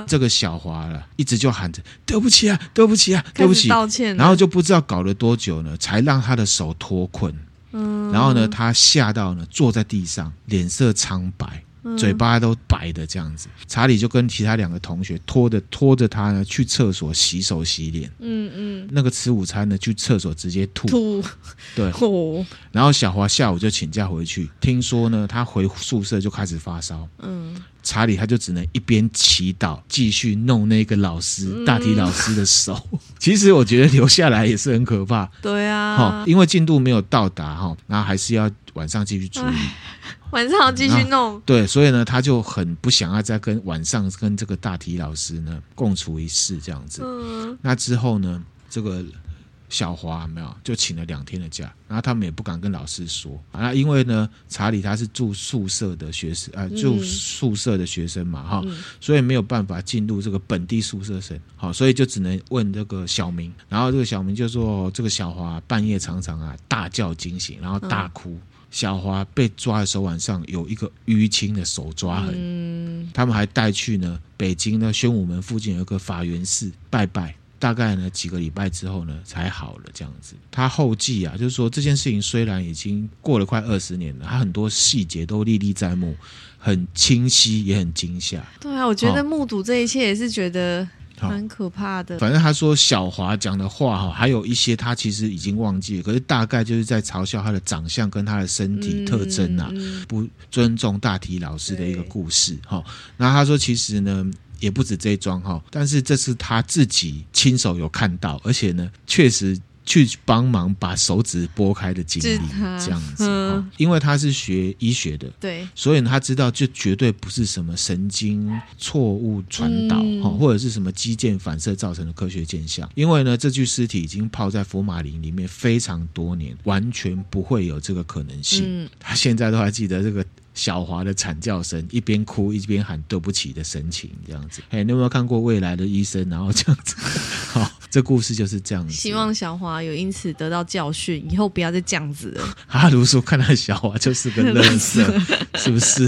这个小华了，一直就喊着对不起啊，对不起啊，对不起， 道歉， 然后就不知道搞了多久呢，才让他的手脱困。然后呢，他吓到呢，坐在地上，脸色苍白，嘴巴都白的这样子。查理就跟其他2个同学拖着他呢去厕所洗手洗脸。那个吃午餐呢，去厕所直接吐。对。然后小华下午就请假回去，听说呢，他回宿舍就开始发烧。查理他就只能一边祈祷，继续弄那个老师、大体老师的手。其实我觉得留下来也是很可怕。 对啊， 因为进度没有到达然后还是要晚上继续处理。 晚上要继续弄。 对，所以呢，他就很不想要再晚上跟这个大体老师呢共处一室这样子。那之后呢，这个小华没有就请了2天的假，然后他们也不敢跟老师说啊，因为呢，查理他是住宿舍的学生住宿舍的学生嘛所以没有办法进入这个本地宿舍生，所以就只能问这个小明，然后这个小明就说这个小华半夜常常大叫惊醒，然后大哭。小华被抓的手腕上有一个淤青的手抓痕。他们还带去呢北京呢宣武门附近有一个法源寺拜拜。大概呢几个礼拜之后呢才好了这样子。他后记就是说这件事情虽然已经过了快20年了，他很多细节都历历在目，很清晰也很惊吓。 对啊，我觉得目睹这一切也是觉得蛮可怕的。 反正他说小华讲的话还有一些他其实已经忘记了，可是大概就是在嘲笑他的长相跟他的身体特征不尊重大体老师的一个故事。那他说其实呢也不止这一桩但是这是他自己亲手有看到，而且呢确实去帮忙把手指拨开的经历这样子。因为他是学医学的， 对， 所以他知道就绝对不是什么神经错误传导或者是什么肌腱反射造成的科学现象。因为呢这具尸体已经泡在福马林里面非常多年，完全不会有这个可能性。他现在都还记得这个小华的惨叫声，一边哭一边喊对不起的神情这样子。你有没有看过未来的医生然后这样子这故事就是这样子。 希望小华有因此得到教训，以后不要再这样子了。 哈鲁说看到小华就是个垃圾是不是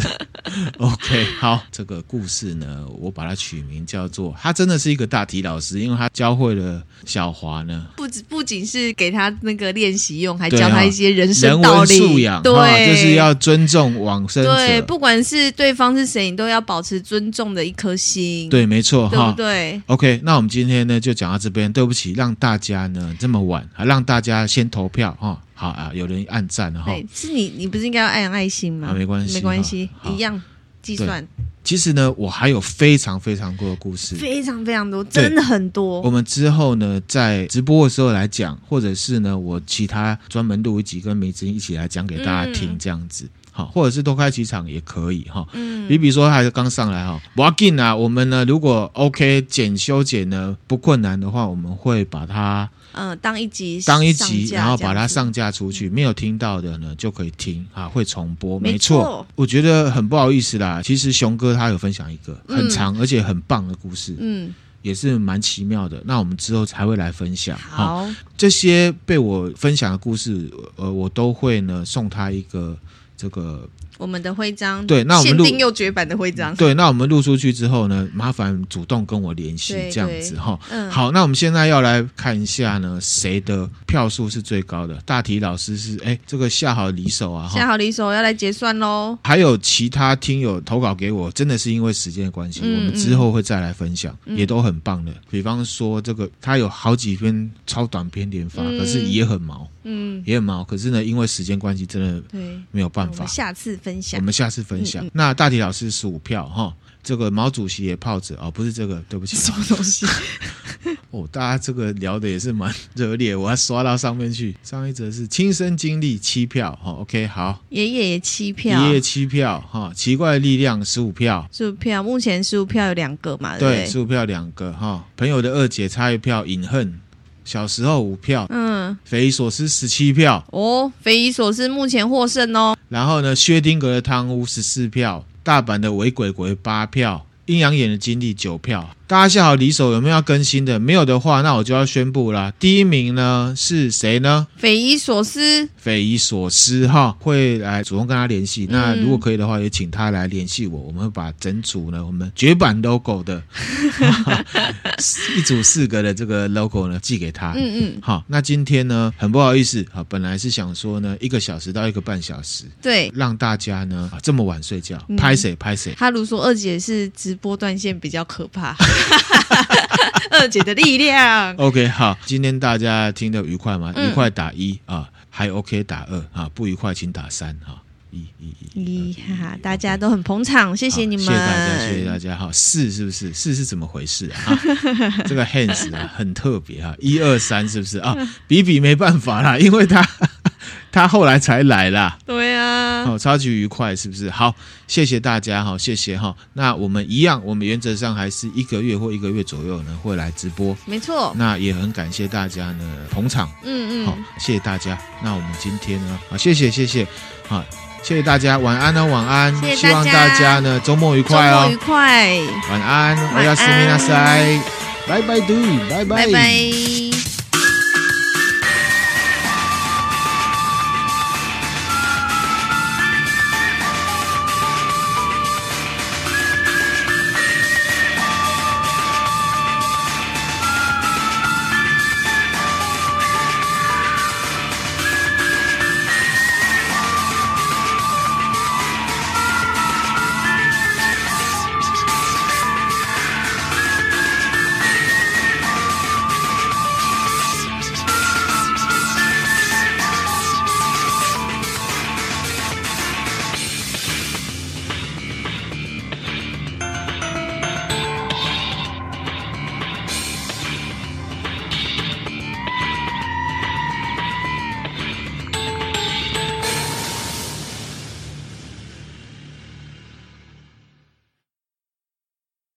OK 好，这个故事呢我把它取名叫做他真的是一个大体老师，因为他教会了小华呢不仅是给他那个练习用，还教他一些人生道理， 人文素养。对，就是要尊重往生者。 对，不管是对方是谁，你都要保持尊重的一颗心。 对，没错， 对不对 OK 那我们今天呢就讲到这边。对不起让大家呢这么晚让大家先投票好有人按赞了是你不是应该要按爱心吗？ 没关系一样计算。 其实呢我还有非常非常多的故事， 非常非常多，真的很多。 我们之后呢在直播的时候来讲，或者是呢我其他专门录一集跟梅子一起来讲给大家听这样子。或者是多开几场也可以比如说还是刚上来不要紧我们呢如果 OK 修剪呢不困难的话，我们会把它当一集然后把它上架出去，没有听到的呢就可以听会重播。没错，我觉得很不好意思啦，其实熊哥他有分享一个很长而且很棒的故事也是蛮奇妙的，那我们之后才会来分享。 好， 这些被我分享的故事我都会呢送他一个这个我们的徽章， 对，那我们限定又绝版的徽章。 对，那我们录出去之后呢，麻烦主动跟我联系这样子好，那我们现在要来看一下呢，谁的票数是最高的。大体老师是这个下好离手下好离手要来结算咯。 还有其他听友投稿给我，真的是因为时间的关系，我们之后会再来分享，也都很棒的。比方说这个他有好几篇超短篇连发，可是也很毛也很毛，可是呢因为时间关系真的没有办法，我们下次分享。那大体老师15票这个毛主席也泡着不是这个，对不起， 什么东西大家这个聊的也是蛮热烈，我要刷到上面去。上一则是亲身经历7票OK 好， 爷爷也7票奇怪的力量15票目前15票有2个嘛， 对，15票2个朋友的二姐差1票隐恨小时候5票匪夷所思17票匪夷所思目前获胜然后呢薛丁格的汤屋14票，大阪的伪鬼鬼8票，阴阳眼的经历9票， 大家下好离手，有没有要更新的？没有的话，那我就要宣布啦。第一名呢是谁呢？ 匪夷所思， 匪夷所思哈，会来主动跟他联系。那如果可以的话，也请他来联系我，我们会把整组呢我们绝版 logo 的一组4个的这个 logo 呢寄给他。好，那今天呢很不好意思，本来是想说呢1个小时到1个半小时， 对， 让大家呢这么晚睡觉，拍谁？ 哈鲁说二姐是直播断线比较可怕。二姐的力量。OK， 好，今天大家听得愉快吗？愉快打1啊，还 OK 打2啊，不愉快请打3哈。 1哈哈，大家都很捧场，谢谢你们， 谢谢大家哈。4是不是？4是怎么回事啊？这个 hands 啊很特别哈，1、2、3是不是啊？比没办法啦，因为他后来才来啦。 对啊， 好，超级愉快是不是？好，谢谢大家哈，谢谢哈。那我们一样，我们原则上还是1个月或1个月左右呢会来直播， 没错。 那也很感谢大家呢捧场，好，谢谢大家。那我们今天呢，好，谢谢，好。谢谢大家，晚安哦，晚安。 谢谢大家， 希望大家呢周末愉快哦， 周末愉快， 晚安，おやすみなさい，拜拜，拜拜。